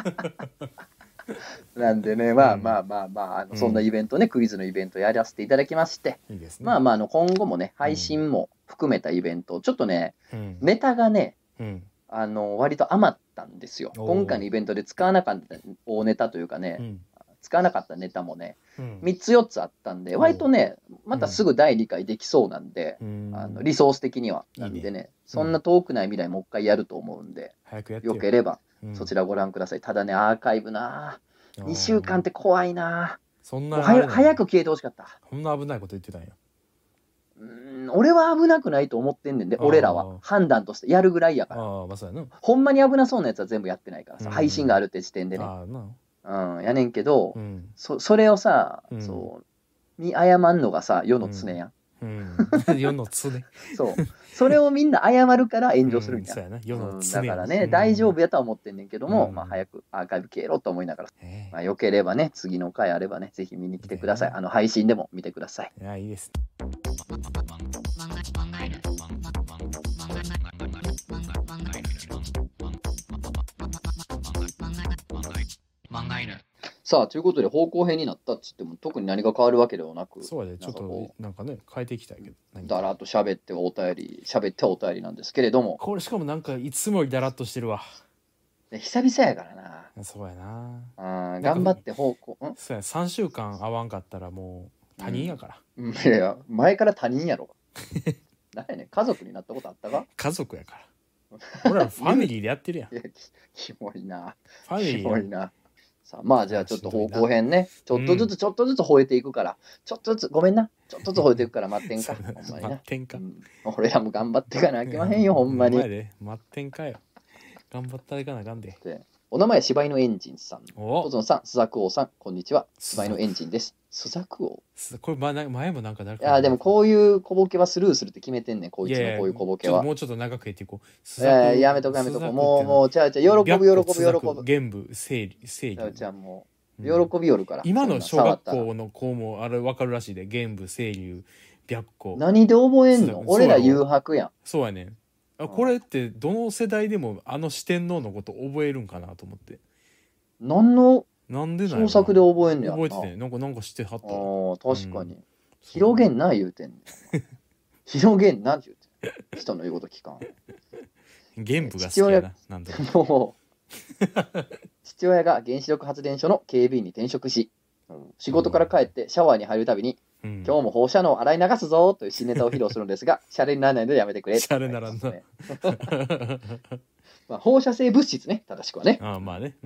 なんでね、まあまあまあまあ、あのそんなイベントね、うん、クイズのイベントやらせていただきまして、いいですね、まあまああの今後もね配信も含めたイベント、ちょっとね、うん、ネタがね、うん、あの割と余ったんですよ。今回のイベントで使わなかった大ネタというかね、うん、使わなかったネタもね、うん、みっつよっつあったんで割とねまたすぐ大理解できそうなんで、うん、あのリソース的にはなんでね、いいね、そんな遠くない未来もう一回やると思うんで、うん、よければそちらご覧ください。ただねアーカイブなにしゅうかんって怖いな。そんな早く消えてほしかった。 そんな危ないこと言ってたんや。 うん、俺は危なくないと思ってんねんで、俺らは判断としてやるぐらいやから。あ、まあ、そうやな。ほんまに危なそうなやつは全部やってないからさ、うん、配信があるって時点でね。あうん、やねんけど、うん、そそれをさ、うん、そう見誤んのがさ世の常やん。うんうん、世の常そうそれをみんな謝るから炎上するんや、うん、な世の常、うん、だからね、うん、大丈夫やとは思ってんねんけども、うん、まあ、早くアーカイブ消えろと思いながら、まあ、よければね次の回あればねぜひ見に来てください。あの配信でも見てください。いやいいです。さあということで方向編になったっつっても特に何が変わるわけではなく、 そうやで、ちょっとなんかね変えていきたいけど、 だらっと喋ってお便り喋ってお便りなんですけれども、 これしかもなんかいつもよりだらっとしてるわ。 久々やからな。 そうやな。 あ頑張って方向んそうやさんしゅうかん会わんかったらもう他人やから、 うん、いや前から他人やろ何やねん、家族になったことあったか。 家族やから俺らファミリーでやってるやん。いやキモいな、 ファミリーキモいな。さあまあじゃあちょっと方向編ねちょっとずつちょっとずつ吠えていくから、うん、ちょっとずつごめんなちょっとずつ吠えていくから待ってんかほんまにな。待ってんか、うん、俺らも頑張っていかなきゃいけまへんよほんまに。 待ってんかよ、頑張ったらいかなあかんで。 お名前柴犬エンジンさん、細野さん、須作王さん、こんにちは。柴犬エンジンです。須作王これ前もなんか誰かいやでもこういう小ボケはスルーするって決めてんねん、こいつのこういう小ボケは。 もうちょっと長く言っていこう。いややめとくやめとく、もうもうちゃうちゃう、喜ぶ喜ぶ喜ぶ。 玄武整理整理ちゃうもう喜びよるから、うん、 今の小学校の子もあれ分かるらしいで、玄武清流白虎。 何で覚えんの。俺ら誘白やん。 そうやねん。あこれってどの世代でもあの四天王のこと覚えるんかなと思って。 何のなんで創作で覚えんねや。 覚えてて、なんかなんかしてはった。あ確かに、うん、広げんな言うてんねん広げんな言うてん人の言うこと聞かん。 玄武が好きやな。なんだろうもう父親が原子力発電所の警備員に転職し、仕事から帰ってシャワーに入るたびにうん、 今日も放射能を洗い流すぞという新ネタを披露するんですが、シャレにならないのでやめてくれ。 シャレならんな。 まあ放射性物質ね、正しくはね。 ああ、まあね。うん。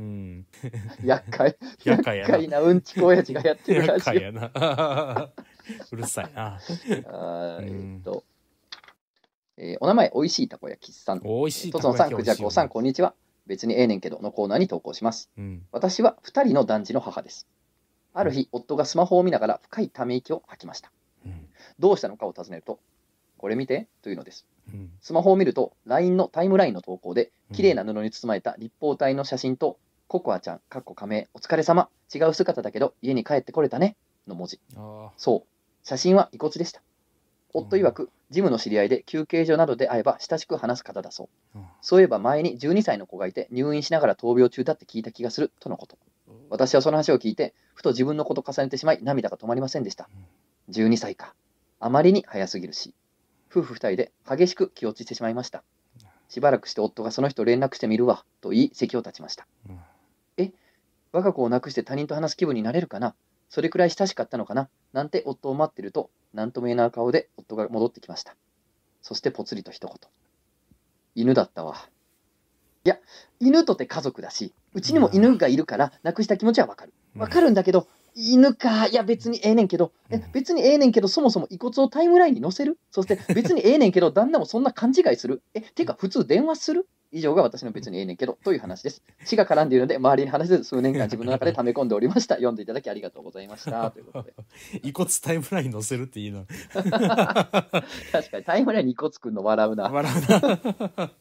厄介。 厄介やな。 厄介なうんちこ親父がやってるラジオ。 厄介やな。うるさいな。 あえー、っと、えー、お名前、おいしいたこ焼きさん。 おいしいたこ焼き。とつのさん、くじゃこさん、こんにちは。別にええねんけどのコーナーに投稿します。うん、私はふたりの男児の母です。ある日、うん、夫がスマホを見ながら深いため息を吐きました。うん、どうしたのかを尋ねると、これ見てというのです。うん、スマホを見ると ライン のタイムラインの投稿で綺麗な布に包まれた立方体の写真と、ココアちゃんかっこ仮名お疲れ様、違う姿だけど家に帰ってこれたねの文字。そう、写真は遺骨でした。夫曰く、ジムの知り合いで休憩所などで会えば親しく話す方だそう。そういえば前にじゅうにさいの子がいて入院しながら闘病中だって聞いた気がするとのこと。私はその話を聞いてふと自分のことを重ねてしまい涙が止まりませんでした。じゅうにさいか、あまりに早すぎるし。夫婦ふたりで激しく気落ちしてしまいました。しばらくして夫がその人連絡してみるわと言い席を立ちました。え、我が子を亡くして他人と話す気分になれるかな、それくらい親しかったのかななんて夫を待ってると、何とも言えない顔で夫が戻ってきました。そしてぽつりと一言。犬だったわ。いや、犬とて家族だし、うちにも犬がいるから亡くした気持ちはわかる。わかるんだけど、犬か、いや別にええねんけど、え別にええねんけど、そもそも遺骨をタイムラインに載せる、そして別にええねんけど、旦那もそんな勘違いする、え、てか普通電話する、以上が私の別にええねんけどという話です。死が絡んでいるので周りに話せず数年間自分の中で溜め込んでおりました。読んでいただきありがとうございましたということで。 遺骨タイムライン載せるっていいな。 確かにタイムラインに遺骨くんの笑うな。 笑うな。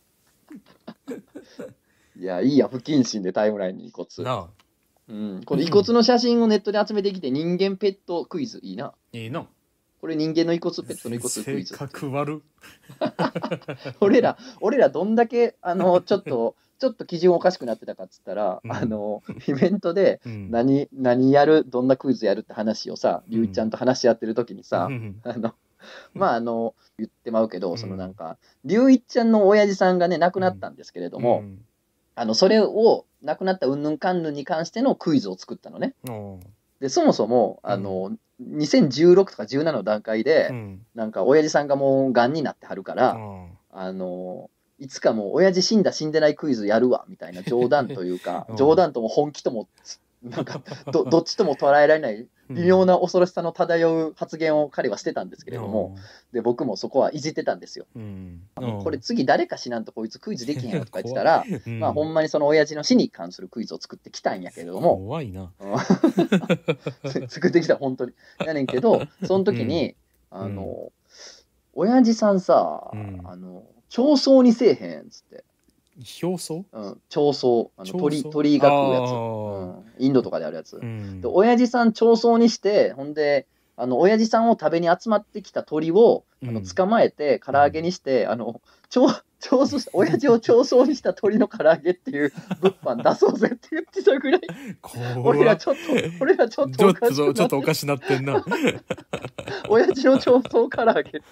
いや、いいや、不謹慎でタイムラインに遺骨。 なあ。 うん、この遺骨の写真をネットで集めてきて、人間ペットクイズいいな。 いいな。 これ人間の遺骨、ペットの遺骨クイズ。 性格悪。 俺ら、俺らどんだけ、あの、ちょっと、ちょっと基準おかしくなってたかっつったら、うん、あの、イベントで何、うん、何やる、どんなクイズやるって話をさ、りゅうちゃんと話し合ってる時にさ、うん、あの、まあ、あの、言ってまうけど、うん、そのなんか、りゅういちゃんの親父さんがね、亡くなったんですけれども、うん、あの、それを、亡くなったうんぬんかんぬんに関してのクイズを作ったのね。で、そもそも、あの、うん、にせんじゅうろくとかじゅうななの段階で、うん、なんか、親父さんがもう、がんになってはるから、うん、あの、いつかもう、親父死んだ死んでないクイズやるわ、みたいな冗談というか、うん、冗談とも本気とも、なんかど、どっちとも捉えられない、微妙な恐ろしさの漂う発言を彼はしてたんですけれども、うん、で、僕もそこはいじってたんですよ。うん、これ次誰か知らんとこいつクイズできへんよとか言ってたら、うん、まあほんまにその親父の死に関するクイズを作ってきたんやけれども、 怖いな。 作ってきた、本当に。やねんけど、その時に、うん、あの、親父さんさ、うん、あの、長宗にせえへんっつって。 表層、 うん、長宗、あの鳥、鳥が食うやつ、うん、インドとかであるやつ、うん、で親父さん長宗にして、ほんであの親父さんを食べに集まってきた鳥を、うん、あの捕まえて唐揚げにして、うん、あの長長宗親父を長宗にした鳥の唐揚げっていう物販出そうぜって言ってたぐらい俺らちょっと俺らちょっとおかしくなってちょっとおかしなってんな親父の長宗唐揚げ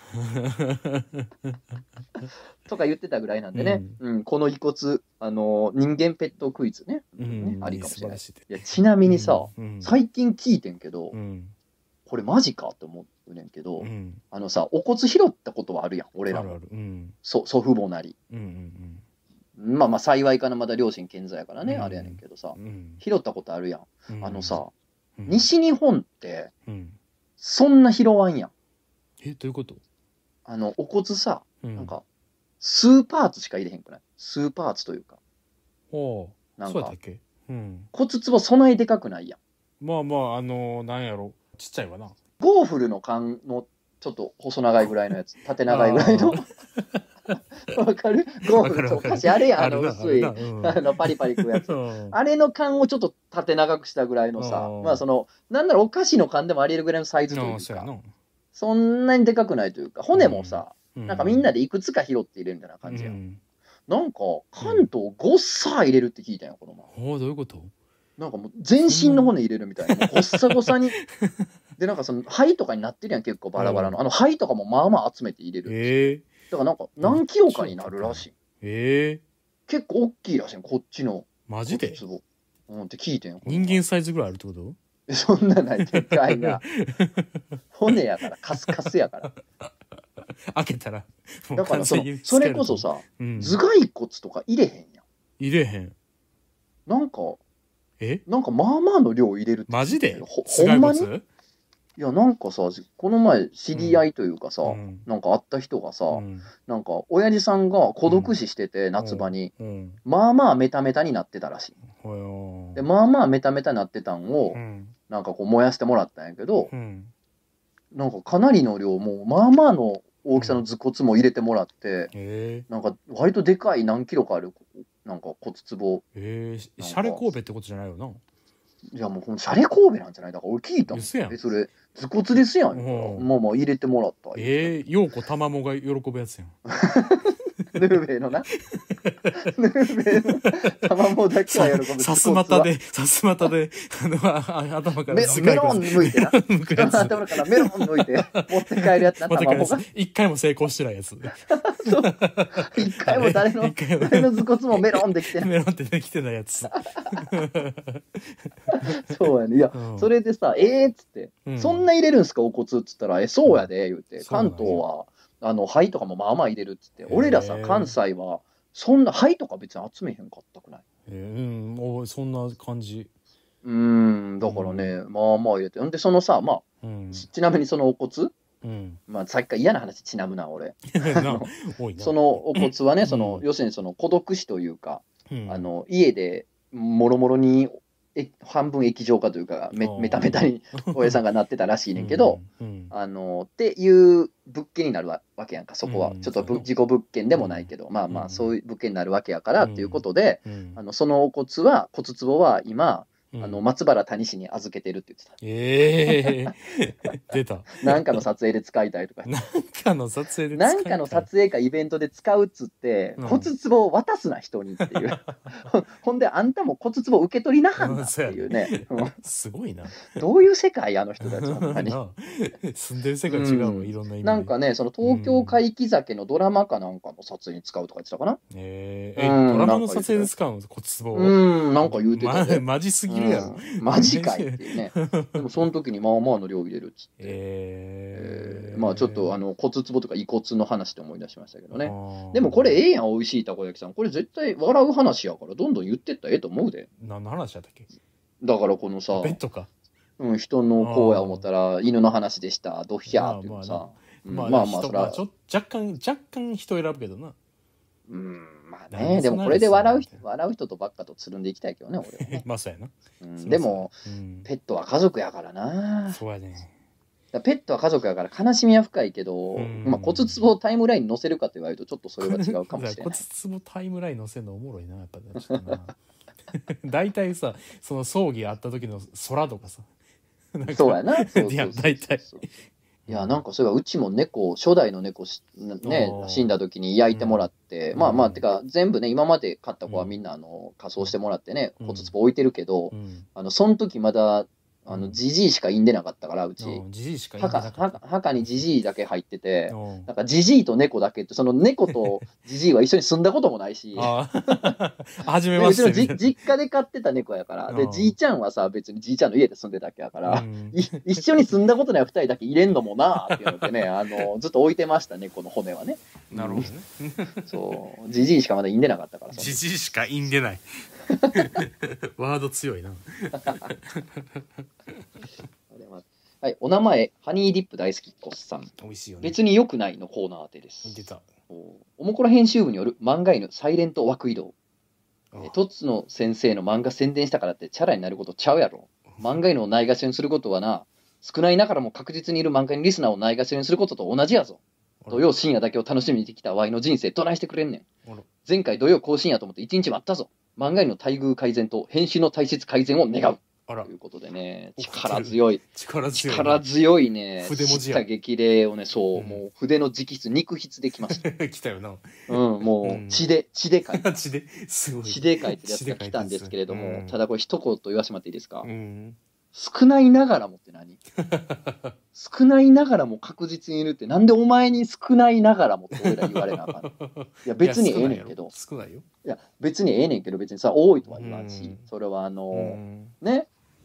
とか言ってたぐらいなんでね、うんうん、この遺骨、あのー、人間ペットクイズね、うん、ねありかもしれない。いやちなみにさ、うんうん、最近聞いてんけど、うん、これマジかって思うねんけど、うん、あのさ、お骨拾ったことはあるやん、俺らも。あるある、うん、そ祖父母なり。うんうんうん、まあまあ幸いかな、まだ両親健在やからね、うん、あれやねんけどさ、うん、拾ったことあるやん。うん、あのさ、うん、西日本って、そんな拾わんやん。 え、どういうこと？ あの、お骨さ、うん、なんか、数パーツしか入れへんくない？数パーツというか。 ほう。なんか、そうだっけ？うん。 骨壺そないでかくないやん。まあまあ、あのー、なんやろ。ちっちゃいわな。 ゴーフルの缶のちょっと細長いぐらいのやつ。縦長いぐらいの。わかる？ゴーフルとお菓子あれやん、あの薄い、あ、うん、あのパリパリ食うやつ。あれの缶をちょっと縦長くしたぐらいのさ、まあその、なんならお菓子の缶でもありえるぐらいのサイズというか、そんなにでかくないというか、骨もさ、うん、なんかみんなでいくつか拾って入れるみたいな感じやん。うん、なんか、関東ごっさー入れるって聞いたんよ、この前。お、どういうこと？ なんかもう全身の骨入れるみたいな。もうごっさごさに。で、なんかその肺とかになってるやん、結構バラバラの。うん、あの肺とかもまあまあ集めて入れるんですよ。えー、だからなんか何キロかになるらしい。えー、結構大きいらしい、こっちの。 マジで？ うんって聞いてんよ。 人間サイズぐらいあるってこと？ そんなないでかいな。骨やからカスカスやから。 開けたらもうだからその完全にそれこそさ、 うん、 頭蓋骨とか入れへんやん。 入れへん。 なんかえなんかまあまあの量入れるってマジでほ頭ほんまに。 蓋骨。 いやなんかさ、この前知り合いというかさ、 うんなんか会った人がさ、 うんなんか親父さんが孤独死してて、夏場に、 うんうんまあまあメタメタになってたらしい。 ほよでまあまあメタメタになってたんを、 うんなんかこう燃やしてもらったんやけど、 うんなんかかなりの量、もうまあまあの大きさの頭骨も入れてもらって、 えなんか割とでかい何キロかあるなんか骨壺。 ー、えー、 なんかシャレ神戸ってことじゃないよな。 いやもうこのシャレ神戸なんじゃない？だから俺聞いたもん。 嘘やんえそれ頭骨ですやん。 うんまあまあ入れてもらった。 えー、陽子玉もが喜ぶやつやん。 ヌーベイのな。ヌーベイの卵だけは喜ぶ。 さすまたで、さすまたで、あの、あ頭からメロンメロン剥いてな。 剥くやつ。 頭からメロン剥いて持って帰るやつな、 持って帰るやつ卵が。 一回も成功してないやつ。 一回も誰の、 一回も誰の頭骨もメロンできてない。 メロンってできてないやつ。 そうやね。いや、 うんそれでさ、えーっつって、 うんそんな入れるんすか、お骨っつったら、え、そうやで、言うて、 そうなんや関東は、あの、灰とかもまあまあ入れるっつって、 へー俺らさ、関西は、そんな灰とか別に集めへんかったくない？ えー、うん、おそんな感じ。 うーん、だからね、まあまあ入れて。んで、そのさ、まあ、 うん。 ちちなみにそのお骨、 うん。 まあ、さっきから嫌な話ちなむな、俺。 な、多いな。 そのお骨はね、そのうん要するにその孤独死というか、 うん、 あの家でもろもろにえ半分液状化というかメあーメタメタにおやさんがなってたらしいねんけど、 うんうんあのっていう物件になるわわけやんか、そこは、 うんちょっとぶそうやな事故物件でもないけど、まあまうんあそういう物件になるわけやからっていうことで、 うんあのそのお骨は骨壺は今、 うんあの松原谷氏に預けてるって言ってた。 ええー、出た。 なんかの撮影で使いたいとかなんかの撮影で使いたないんかの撮影かイベントで使うっつって、 うん骨壺を渡すな人にっていうほんであんたも骨壺受け取りなはんなっていうね、うんすごいな。 どういう世界あの人たちほんまに。 なあ住んでる世界違うわ、 うんいろんな意味で。 なんかね、その東京怪奇酒のドラマかなんかの撮影に使うとか言ってたかな。 えー、え、 うんドラマの撮影で使うの骨壺を。 うん、なんか言うてたね。 ま、マジすぎるやろ。 うんマジかいっていうね。でもその時にまあまあの量入れるっつって。 えー、 えーまあちょっとあの骨壺とか遺骨の話で思い出しましたけどね。 ねでもこれええやん、美味しいたこ焼きさん。これ絶対笑う話やからどんどん言ってったらええと思うで。 何の話だったっけ？ だからこのさ、 ベッドか。 うん、人のこうや思ったら犬の話でしたドヒャーっていうのさ、うんまあまあまあそら人まあちょ若干若干人選ぶけどな。 うんまあなんでそんなねでもこれで笑う話すの人笑う人とばっかとつるんでいきたいけどね俺はね、 まあそうやな。 うん、 そりゃでもそうやうんペットは家族やからな。 そうやね。 だペットは家族やから悲しみは深いけど、 うんまあ、骨壺をタイムラインに載せるかと言われるとちょっとそれは違うかもしれない骨壺タイムライン載せるのおもろいなやっぱちょっとな。大体さその葬儀あった時の空とかさ。なんかそうやな。そうそうそういや大体。 いやなんかそれはうちも猫初代の猫しねあー死んだ時に焼いてもらって、 うんまあまあてか全部ね今まで飼った子はみんなあの仮装してもらってね、 うん骨壺置いてるけど、 うんあのその時まだあのジジイしかいんでなかったからうち、 うんじじいしかいなか墓った。 墓墓にジジイだけ入ってて、 うんなんかジジイと猫だけってその猫とジジイは一緒に住んだこともないし。 ああ初めでうちのじましてみたいな。 実家で飼ってた猫やからでうんじいちゃんはさ別にじいちゃんの家で住んでただけやから、 うんい一緒に住んだことないふたりだけ入れんのもなあっていうのでねあのずっと置いてましたねこの骨はね。 なるほどね。 そうジジイしかまだいんでなかったからさ。 じじいしかいんでない。ワード強いな。 はい、お名前ハニーディップ大好きっ子さん。 美味しいよね。 別に良くないのコーナー当てです。 出た。 おおもころ編集部による漫画犬サイレント枠移動。 あえトッツの先生の漫画宣伝したからってチャラになることちゃうやろ。漫画犬をないがしろにすることはな、少ないながらも確実にいる漫画犬リスナーをないがしろにすることと同じやぞ。 あら土曜深夜だけを楽しみにしてきたワイの人生どないしてくれんねんあら。 前回土曜更新やと思って一日待ったぞ。漫画犬の待遇改善と編集の体質改善を願う。 あらということでね、 お力強い、 力強い。 力強いね、 筆文字や叱咤激励をね、そう、 うんもう筆の直筆、肉筆できました。 来たよな。 うん、もうんう血で、血で書いて、 血ですごい。 血で書いてるやつが来たんですけれども、 うんただこれ一言言わせてもらっていいですか、 うん。 少ないながらもって何少ないながらも確実にいるって、なんでお前に少ないながらもって俺ら言われなあかんの。いや別にええねんけど、 少ないよ。 いや別にええねんけど別にさ多いとは言わんし、 うんそれはあの、 うんね、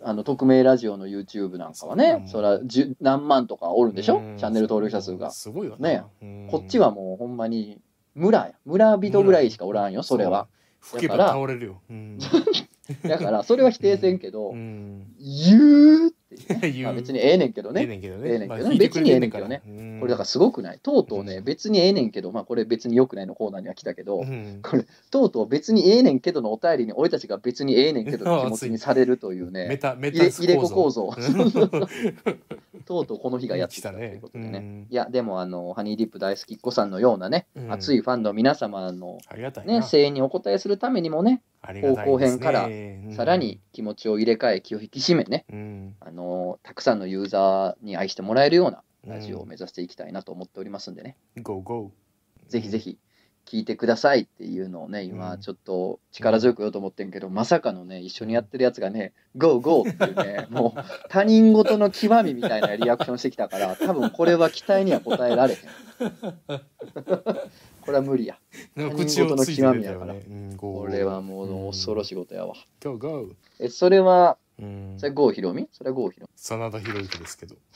あの匿名ラジオの YouTube なんかはね、そら十何万とかおるんでしょ、チャンネル登録者数が。 すごいよね。こっちはもうほんまに村や。村人ぐらいしかおらんよ、それは。 吹けば倒れるよ。 だからそれは否定せんけど、言うって、まあ別にええねんけどね。ええねんけどね。ええねんけどね。別にええねんけどね。これだからすごくない。とうとうね、別にええねんけど、まあこれ別に良くないのコーナーには来たけど、これとうとう別にええねんけどのお便りに俺たちが別にええねんけどの気持ちにされるというね、 メタメタ入れ子構造。とうとうこの日がやってきたということでね。いやでもあのハニーディップ大好きっ子さんのようなね、熱いファンの皆様のね声援にお応えするためにもね。後後編からさらに気持ちを入れ替え気を引き締めね、うん、あのたくさんのユーザーに愛してもらえるようなラジオを目指していきたいなと思っておりますんでね、 ゴーゴーぜひぜひ聞いてくださいっていうのをね今ちょっと力強く言おうと思ってんけど、うん、まさかのね一緒にやってるやつがねゴーゴーっていうねもう他人事の極みみたいなリアクションしてきたから多分これは期待には応えられへんこれは無理や。他人事の極みやから。ねうん、これはもう恐ろしいことやわ。 ゴーゴー。 え、それは、うん、それ郷ひろみ？それは郷ひろみ。 真田広之ですけど。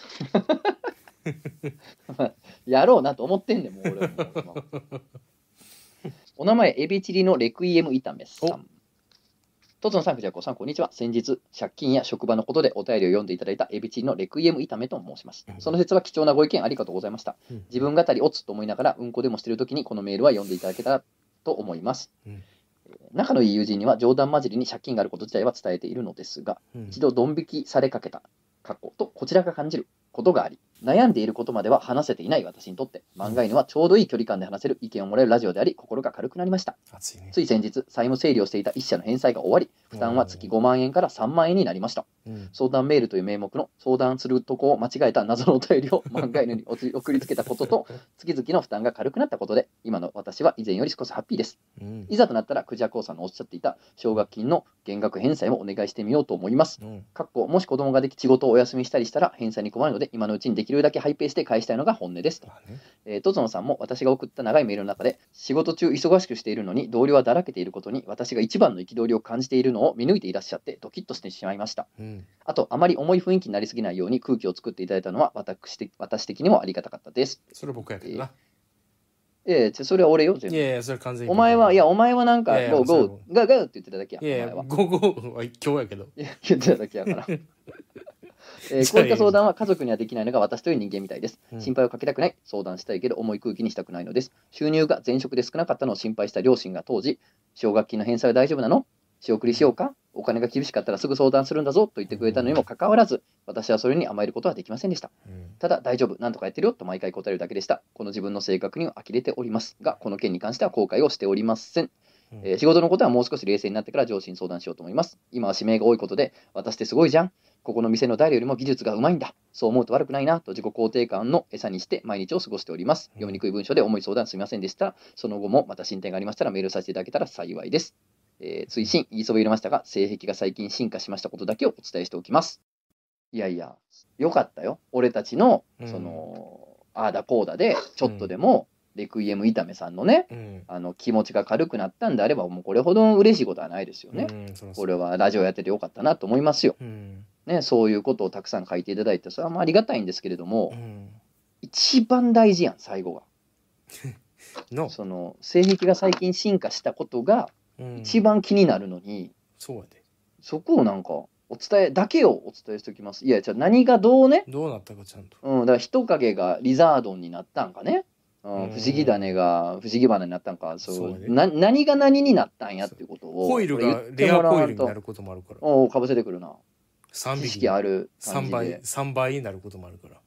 やろうなと思ってんねん、もう俺も。お名前、エビチリのレクイエム炒めさん。とつのさん、くじゃこさん、こんにちは。先日、借金や職場のことでお便りを読んでいただいたエビチリのレクイエム炒めと申します。その説は貴重なご意見ありがとうございました。うん、自分語りおつと思いながら、うんこでもしてるときにこのメールは読んでいただけたらと思います。うん、仲のいい友人には冗談交じりに借金があること自体は伝えているのですが、うん、一度ドン引きされかけた過去とこちらが感じることがあり、悩んでいることまでは話せていない私にとって漫画犬はちょうどいい距離感で話せる意見をもらえるラジオであり心が軽くなりました。ね、つい先日債務整理をしていた一社の返済が終わり負担は月ごまんえんからさんまんえんになりました。うん、相談メールという名目の相談するとこを間違えた謎のお便りを漫画犬に送りつけたことと月々の負担が軽くなったことで今の私は以前より少しハッピーです。うん、いざとなったらクジャコウさんのおっしゃっていた奨学金の減額返済もお願いしてみようと思います。うん、かっこもし子供ができ仕事をお休みしたりしたら返済に困るので今のうちにできるだけハイペースで返したいのが本音ですと。えー、とつのさんも私が送った長いメールの中で仕事中忙しくしているのに同僚はだらけていることに私が一番の憤りを感じているのを見抜いていらっしゃってドキッとしてしまいました。うん、あとあまり重い雰囲気になりすぎないように空気を作っていただいたのは私的、私的にもありがたかったです。 それは僕やけどな。 えー、それは俺よ全部。 いやいやそれ完全にお前はいやお前はなんかゴーゴーガーガーって言ってただけや。 いやいやゴーゴーは今日やけど。 いや言ってただけやから。えー、こういった相談は家族にはできないのが私という人間みたいです。心配をかけたくない、相談したいけど重い空気にしたくないのです。収入が前職で少なかったのを心配した両親が当時、奨学金の返済は大丈夫なの？仕送りしようか？お金が厳しかったらすぐ相談するんだぞと言ってくれたのにもかかわらず、私はそれに甘えることはできませんでした。ただ大丈夫、なんとかやってるよと毎回答えるだけでした。この自分の性格には呆れておりますが、この件に関しては後悔をしておりません。えー、仕事のことはもう少し冷静になってから上司に相談しようと思います。今は指名が多いことで、私ってすごいじゃん。ここの店の誰よりも技術がうまいんだ。そう思うと悪くないなと自己肯定感の餌にして毎日を過ごしております。読みにくい文章で重い相談すみませんでした。その後もまた進展がありましたらメールさせていただけたら幸いです。えー、追伸言いそびれましたが、性癖が最近進化しましたことだけをお伝えしておきます。いやいや、よかったよ。俺たちの、その、うん、ああだこうだで、ちょっとでも、レクイエム炒めさんのね、うん、あの気持ちが軽くなったんであればもうこれほど嬉しいことはないですよね。うん、そうそうこれはラジオやっててよかったなと思いますよ、うんね。そういうことをたくさん書いていただいてそれはまあありがたいんですけれども、うん、一番大事やん最後がのその性癖が最近進化したことが一番気になるのに、うん、 そうやでそこをなんかお伝えだけをお伝えしておきます。いやじゃあ何がどうねどうなったかちゃんと、 うん、だから人影がリザードンになったんかね。うん、不思議種が不思議花になったんかそうそう、ね、な何が何になったんやっていうことをコイルがレアコイルになることもあるからおおかぶせてくるなさんびき知識ある感じでさんばいさんばいになることもあるから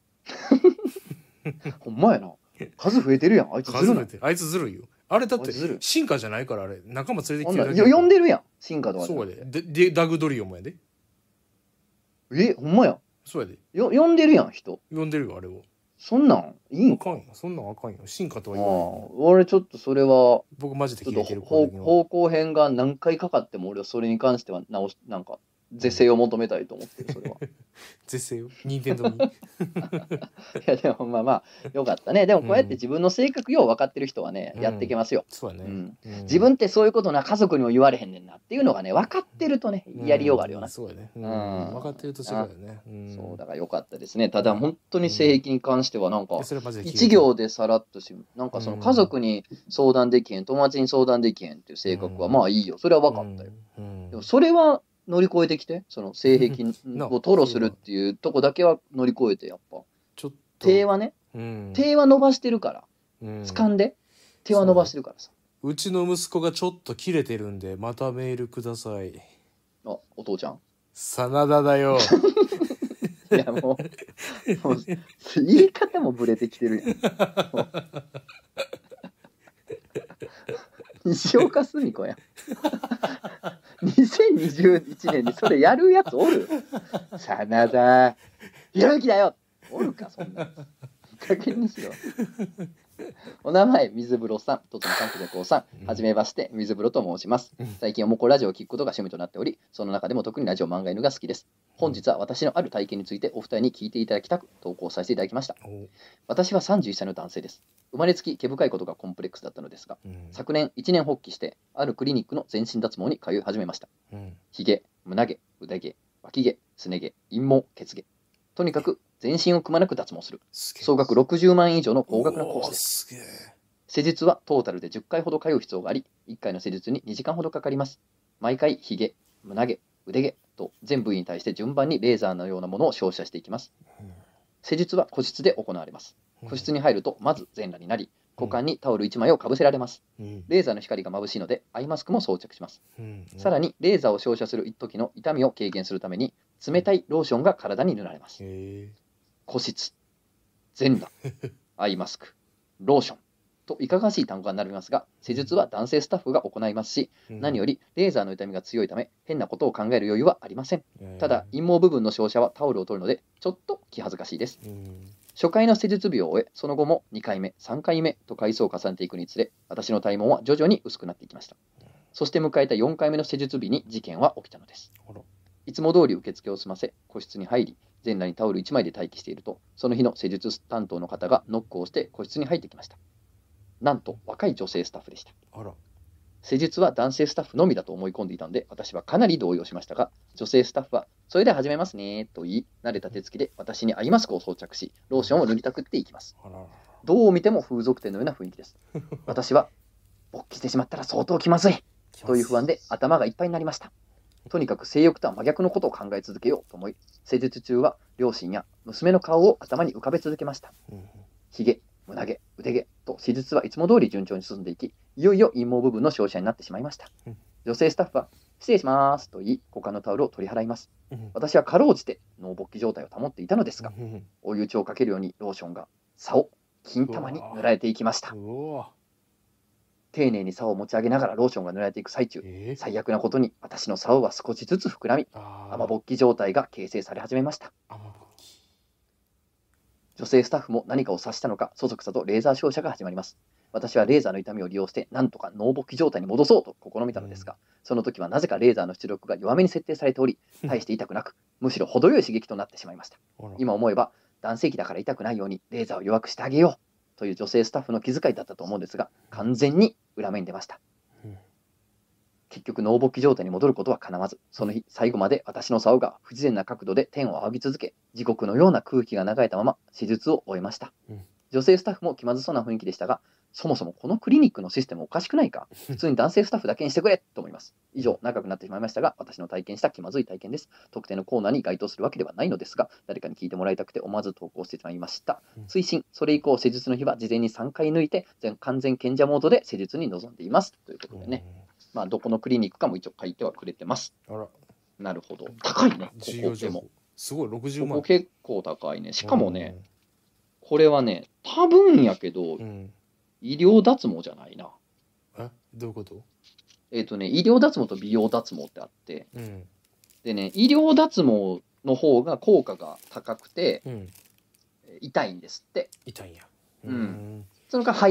ほんまやな数増えてるやんあいつずるなあいつずるいよあれだって進化じゃないからあれ仲間連れてきてるだけ呼んでるやん進化とかそうやででダグドリオもやでえほんまやそうやでよ呼んでるやん人呼んでるよあれをそんなんいいんかあかんよそんなんあかんよ進化とは言わない。 俺ちょっとそれは僕マジで聞いてる方向編が何回かかっても俺はそれに関しては直しなんか是正を求めたいと思ってる、それは。 是正を任天堂に。いやでもまあまあよかったね。でもこうやって自分の性格よう分かってる人はね、うん、やっていけますよ。 そうだね、うんうん、自分ってそういうことな家族にも言われへんねんなっていうのがね分かってるとねやりようがあるよな。 うん、そうだね、うん、分かってると違うよね、うん、 そうだからよかったですね。ただ本当に性癖に関してはなんか一行行でさらっとし、なんかその家族に相談できへん、友達に相談できへんっていう性格はまあいいよ、それは分かったよ。 うん、 でもそれは乗り越えてきて、その性癖を吐露するっていうとこだけは乗り越えて、やっぱちょっと手はね、うん、手は伸ばしてるから、うん、掴んで手は伸ばしてるからさ。 うちの息子がちょっと切れてるんでまたメールください。 あ、お父ちゃん真田だよ。 いやもう、もう言い方もブレてきてるやん。西岡澄子やん。にせんにじゅういちねんにそれやるやつおる？真田ひろゆきだよおるか、そんな。いい加減にしろ。お名前水風呂さん、とつのさん、くじゃこうさん、はじめまして水風呂と申します。最近おもこラジオを聞くことが趣味となっており、その中でも特にラジオ漫画犬が好きです。本日は私のある体験についてお二人に聞いていただきたく投稿させていただきました。私はさんじゅういっさいの男性です。生まれつき毛深いことがコンプレックスだったのですが、うん、昨年一年発起してあるクリニックの全身脱毛に通い始めました。うん、ひげ、胸毛、腕毛、脇毛、すね毛、陰毛、血毛、とにかく全身をくまなく脱毛する。総額ろくじゅうまんえん以上の高額なコースです。すげえ。施術はトータルでじゅっかいほど通う必要があり、いっかいの施術ににじかんほどかかります。毎回ひげ、胸毛、腕毛と全部位に対して順番にレーザーのようなものを照射していきます。うん、施術は個室で行われます。個室に入るとまず全裸になり、股間にタオルいちまいをかぶせられます。うん、レーザーの光が眩しいのでアイマスクも装着します。うんうん、さらにレーザーを照射する時の痛みを軽減するために冷たいローションが体に塗られます。個室、全裸、アイマスク、ローションといかがわしい単語が並びますが、施術は男性スタッフが行いますし、うん、何よりレーザーの痛みが強いため変なことを考える余裕はありません。ただ陰毛部分の照射はタオルを取るのでちょっと気恥ずかしいです。うん初回の施術日を終え、その後もにかいめ、さんかいめと回数を重ねていくにつれ、私の体毛は徐々に薄くなっていきました。そして迎えたよんかいめの施術日に事件は起きたのです。いつも通り受付を済ませ、個室に入り、全裸にタオルいちまいで待機していると、その日の施術担当の方がノックをして個室に入ってきました。なんと若い女性スタッフでした。あら。施術は男性スタッフのみだと思い込んでいたので、私はかなり動揺しましたが、女性スタッフは、それでは始めますねと言い、慣れた手つきで私にアイマスクを装着し、ローションを塗りたくっていきます。どう見ても風俗店のような雰囲気です。私は、勃起してしまったら相当気まずいという不安で頭がいっぱいになりました。とにかく性欲とは真逆のことを考え続けようと思い、施術中は両親や娘の顔を頭に浮かべ続けました。ひげ、胸毛、腕毛と施術はいつも通り順調に進んでいき、いよいよ陰毛部分の照射になってしまいました。女性スタッフは、失礼しますと言い、股間のタオルを取り払います。私はかろうじて脳勃起状態を保っていたのですが、追い打ちをかけるようにローションが竿、金玉に塗られていきました。丁寧に竿を持ち上げながらローションが塗られていく最中、えー、最悪なことに私の竿は少しずつ膨らみ、雨勃起状態が形成され始めました。女性スタッフも何かを察したのか、そそくさとレーザー照射が始まります。私はレーザーの痛みを利用して、なんとか脳勃起状態に戻そうと試みたのですが、うん、その時はなぜかレーザーの出力が弱めに設定されており、大して痛くなく、むしろ程よい刺激となってしまいました。今思えば、男性器だから痛くないようにレーザーを弱くしてあげようという女性スタッフの気遣いだったと思うんですが、完全に裏目に出ました。うん、結局脳勃起状態に戻ることは叶わず、その日最後まで私の竿が不自然な角度で天を仰ぎ続け、地獄のような空気が流れたまま手術を終えました。うん、女性スタッフも気まずそうな雰囲気でしたが、そもそもこのクリニックのシステムおかしくないか、普通に男性スタッフだけにしてくれと思います。以上、長くなってしまいましたが、私の体験した気まずい体験です。特定のコーナーに該当するわけではないのですが、誰かに聞いてもらいたくて思わず投稿してしまいました。追伸、それ以降、施術の日は事前にさんかい抜いて、全完全賢者モードで施術に臨んでいます。ということでね、まあ、どこのクリニックかも一応書いてはくれてます。あら、なるほど。高いね、ここでも。 すごい、ろくじゅうまん。 ここ結構高いね。しかもね、これはね、多分やけど、うん、医療脱毛じゃないな。 え、どういうこと？ えっとね、医療脱毛と美容脱毛ってあって、うん、でね、医療脱毛の方が効果が高くて、うん、痛いんですって。 痛いんや。 うん。そのから早い。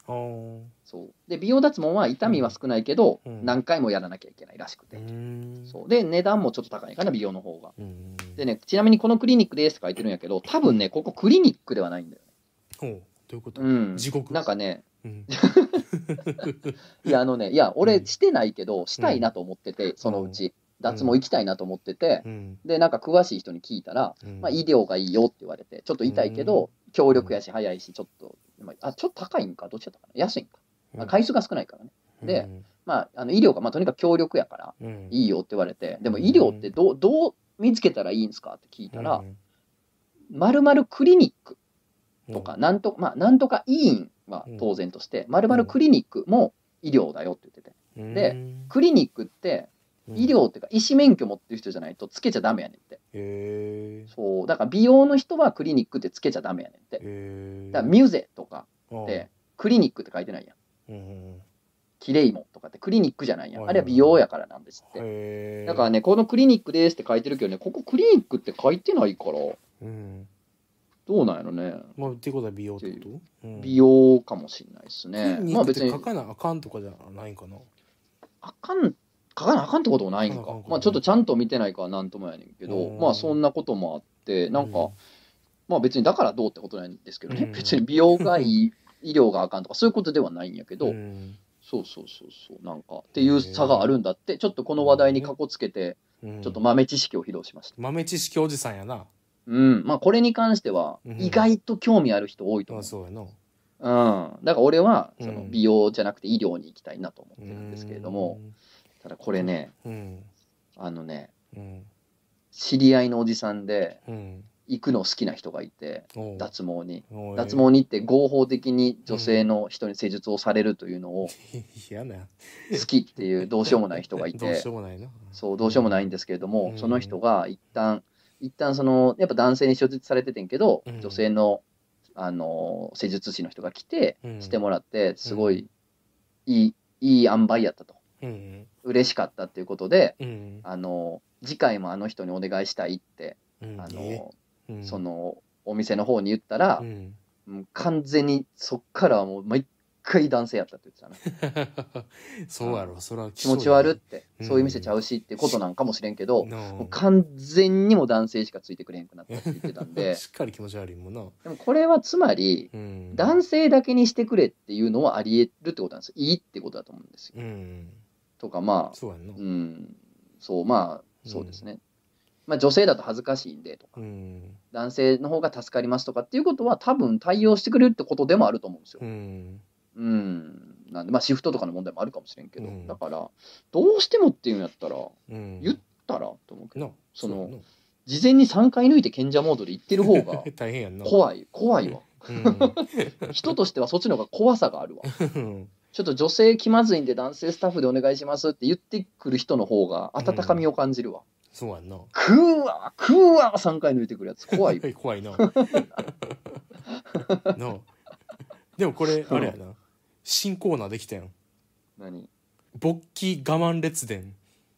ーそうで美容脱毛は痛みは少ないけど、 うん何回もやらなきゃいけないらしくて、 うーんそうで値段もちょっと高いかな美容の方が。 うんでね、ちなみにこのクリニックですって書いてるんやけど、多分ねここクリニックではないんだよね。 ほうどういうこと、 うん地獄なんかね、 うんいやあのねいやうん俺してないけどしたいなと思ってて、そのうち脱毛行きたいなと思ってて、 うんでなんか詳しい人に聞いたら、 うんまあ、医療がいいよって言われて、ちょっと痛いけど強力やし早いしちょっと、まあ、あちょっと高いんかどっちだったかな、安いんか、まあ、回数が少ないからね。で、まあ、あの医療が、まあ、とにかく強力やからうんいいよって言われて、でも医療ってどうどう見つけたらいいんですかって聞いたら、まるまるクリニックとか、なんとまあ、なんとか医院は当然として、まるまるクリニックも医療だよって言ってて、でクリニックって医療っていうか医師免許持ってる人じゃないとつけちゃダメやねんって。 へそうだから美容の人はクリニックってつけちゃダメやねんって。 えだからミュゼとかってクリニックって書いてないやん。 うんキレイモンとかってクリニックじゃないやん。 はいあれは美容やからなんですって。 へだからね、このクリニックですって書いてるけどね、ここクリニックって書いてないから、 うんどうなんやろね。 まあってことは美容ってこと、うん、 美容かもしれないですクリね。 ニックってまあ別に書かなあかんとかじゃないんかな。 あかん、書かなあかんってこともないんか書かなあかん。 まあちょっとちゃんと見てないからなんともやねんけど、 うんまあそんなこともあって、なんか、 うんまあ別にだからどうってことないんですけどね。 うん別に美容がいい、医療があかんとかそういうことではないんやけど、 うんそうそうそうそう、なんかっていう差があるんだって、ちょっとこの話題にかこつけて、 うんちょっと豆知識を披露しました。 豆知識おじさんやな。 うん、まあこれに関してはうん意外と興味ある人多いと思う。 まあそうやな。 うん、だから俺はそのうん美容じゃなくて医療に行きたいなと思ってるんですけれども、ただこれね、 うんあのね、 うん知り合いのおじさんでうん行くの好きな人がいて、 おう脱毛に。 おう脱毛に行って合法的に女性の人に施術をされるというのを嫌な好きっていうどうしようもない人がいどうしてて、 もないな。 そう、どうしようもないんですけれども、 うんその人が一旦、一旦その、やっぱ男性に施術されててんけど、 うん女性の、あの、施術師の人が来てう、んしてもらって、すごい、いい、いい塩梅やったと。 うん嬉しかったっていうことで、 うんあの、次回もあの人にお願いしたいって、 うんあえの、 うんその、お店の方に言ったらう、んもう完全にそっからはもう毎回男性やったって言ってたね。 そうやろ、それは気持ち悪って、 うんそういう店ちゃうしってことなんかもしれんけど、 なもう完全にも男性しかついてくれへんくなったって言ってたんで、 しっかり気持ち悪いもんな。 でもこれはつまり、 うん男性だけにしてくれっていうのはあり得るってことなんですよ。いいってことだと思うんですよ。 うんとかまあ、 そうやんな。 うん、そうまあ、そうですね。まあ女性だと恥ずかしいんでとか、 うん男性の方が助かりますとかっていうことは多分対応してくれるってことでもあると思うんですよう。んうん。なんで、まあシフトとかの問題もあるかもしれんけど、 うんだから、どうしてもっていうんやったら、 うん言ったらと思うけど、 なそのうやな事前にさんかい抜いて賢者モードで行ってる方が大変やんな。 怖い、怖いわ。 うん人としてはそっちの方が怖さがあるわ。 うんちょっと女性気まずいんで男性スタッフでお願いしますって言ってくる人の方が温かみを感じるわ。 そうやんな。 食うわ食うわさんかい抜いてくるやつ怖いわ。 怖いな。なでもこれあれやな。新コーナーできたやん。 何勃起我慢列伝。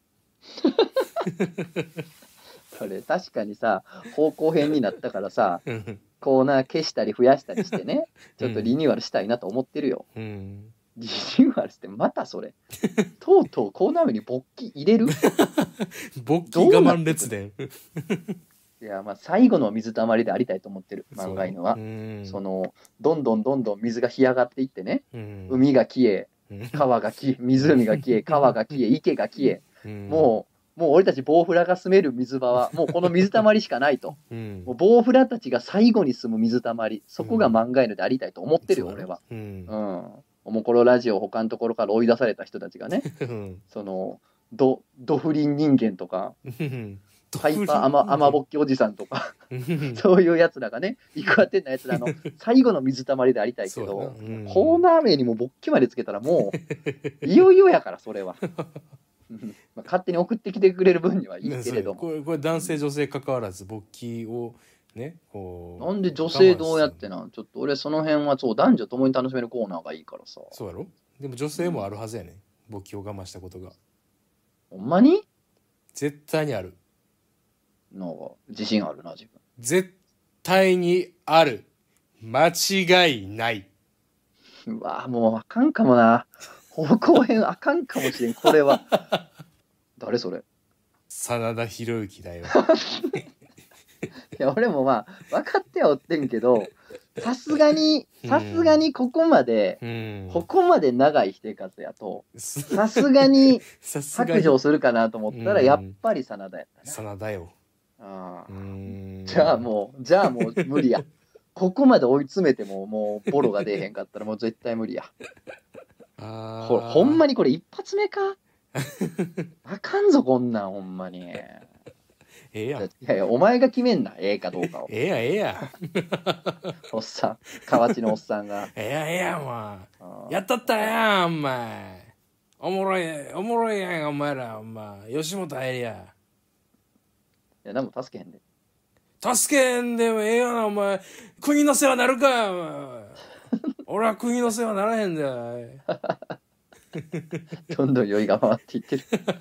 それ確かにさ、方向編になったからさ、 うんコーナー消したり増やしたりしてね、ちょっとリニューアルしたいなと思ってるよ。 うんリニューアルしてまたそれ。とうとうコーナー名に勃起入れる勃起我慢列伝。 いや、まあ最後の水たまりでありたいと思ってる、漫画犬は。 うんその、どんどんどんどん水が干上がっていってね、 うん海が消え、 うん川が消え、湖が消え、川が消え、池が消え、 うんもう、もう俺たちボウフラが住める水場は、もうこの水たまりしかないと。 うんもうボウフラたちが最後に住む水たまり、そこが漫画犬でありたいと思ってるよ、俺は。 うんうん。おもころラジオ他のところから追い出された人たちがね、 うんその、ド、ド不倫人間とか、 うんハイパーアマ、アマボッキおじさんとか、 うんそういうやつらがね、イクアテンなやつらの最後の水たまりでありたいけそうど、 やなうんコーナー名にもボッキまでつけたらもう、いよいよやから、それは。うんまあ勝手に送ってきてくれる分にはいいけれども。 これこれ男性女性関わらず勃起をねこうなんで女性どうやってな、ちょっと俺その辺はそう、男女ともに楽しめるコーナーがいいからさ。 そうやろ。でも女性もあるはずやね、勃起を我慢したことがほんまに絶対にある。 なんか、自信あるな、自分。 絶対にある。間違いない。 うわもうあかんかもな。方向編あかんかもしれん、これは。誰それ。 真田広之だよ。 いや俺もまあ分かってはおってんけど、さすがにさすがにここまで、 うん、 ここまで長い否定活やとさすがに白状するかなと思ったら、やっぱり真田やったな。 真田よ。 ああ、 うん、 じゃあもうじゃあもう無理や。ここまで追い詰めてももうボロが出えへんかったらもう絶対無理や。 あほほんまにこれ一発目か。あかんぞこんなんほんまに。ええやん。いやいやお前が決めんな、ええかどうかを。 ええやんええやおっさん、河内のおっさんが。 ええやんええやんまあやったったやんお前。おもろいおもろいやんお前らお前。吉本入りや。 いやでも助けへんで。 助けんでもええよなお前。国の世話なるかお前。俺は国の世話ならへんだよ。 どんどん酔いが回っていってる。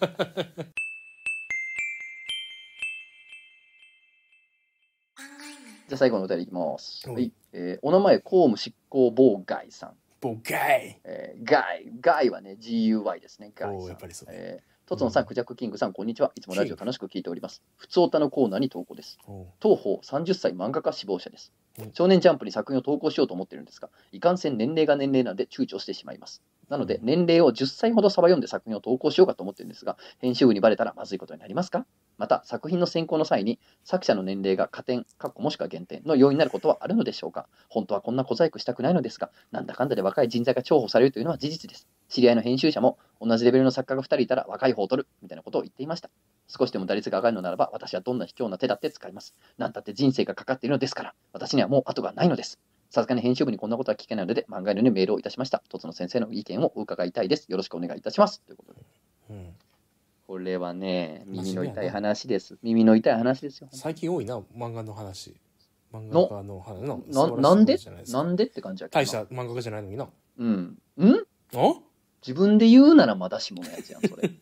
じゃあ最後のお便りいきます。はい、えー、お名前公務執行妨害さん。 妨害。 えー、ガイガイはね ジーユーワイ ですね。ガイさん。 やっぱりそう。 えーとつのさん、クジャクキングさん、こんにちは。いつもラジオ楽しく聞いております。ふつおたのコーナーに投稿です。当方さんじゅっさい漫画家志望者です。少年ジャンプに作品を投稿しようと思ってるんですが、いかんせん年齢が年齢なので躊躇してしまいます。なので、年齢をじゅっさいほどさば読んで作品を投稿しようかと思ってるんですが、編集部にバレたらまずいことになりますか？また、作品の選考の際に、作者の年齢が加点、かっこもしくは減点の要因になることはあるのでしょうか？本当はこんな小細工したくないのですが、なんだかんだで若い人材が重宝されるというのは事実です。知り合いの編集者も、同じレベルの作家がふたりいたら若い方を取る、みたいなことを言っていました。少しでも打率が上がるのならば、私はどんな卑怯な手だって使います。なんたって人生がかかっているのですから、私にはもう後がないのです。さすがに編集部にこんなことは聞けないので、漫画のようにメールをいたしました。とつの先生の意見を伺いたいです。よろしくお願いいたします。ということで。うん、これはね、耳の痛い話です。耳の痛い話ですよ。 最近多いな、漫画の話。漫画家の話のななんでなんでって感じやけど大した漫画家じゃないのにな。 うん。んあ自分で言うならまだしものやつやん、それ。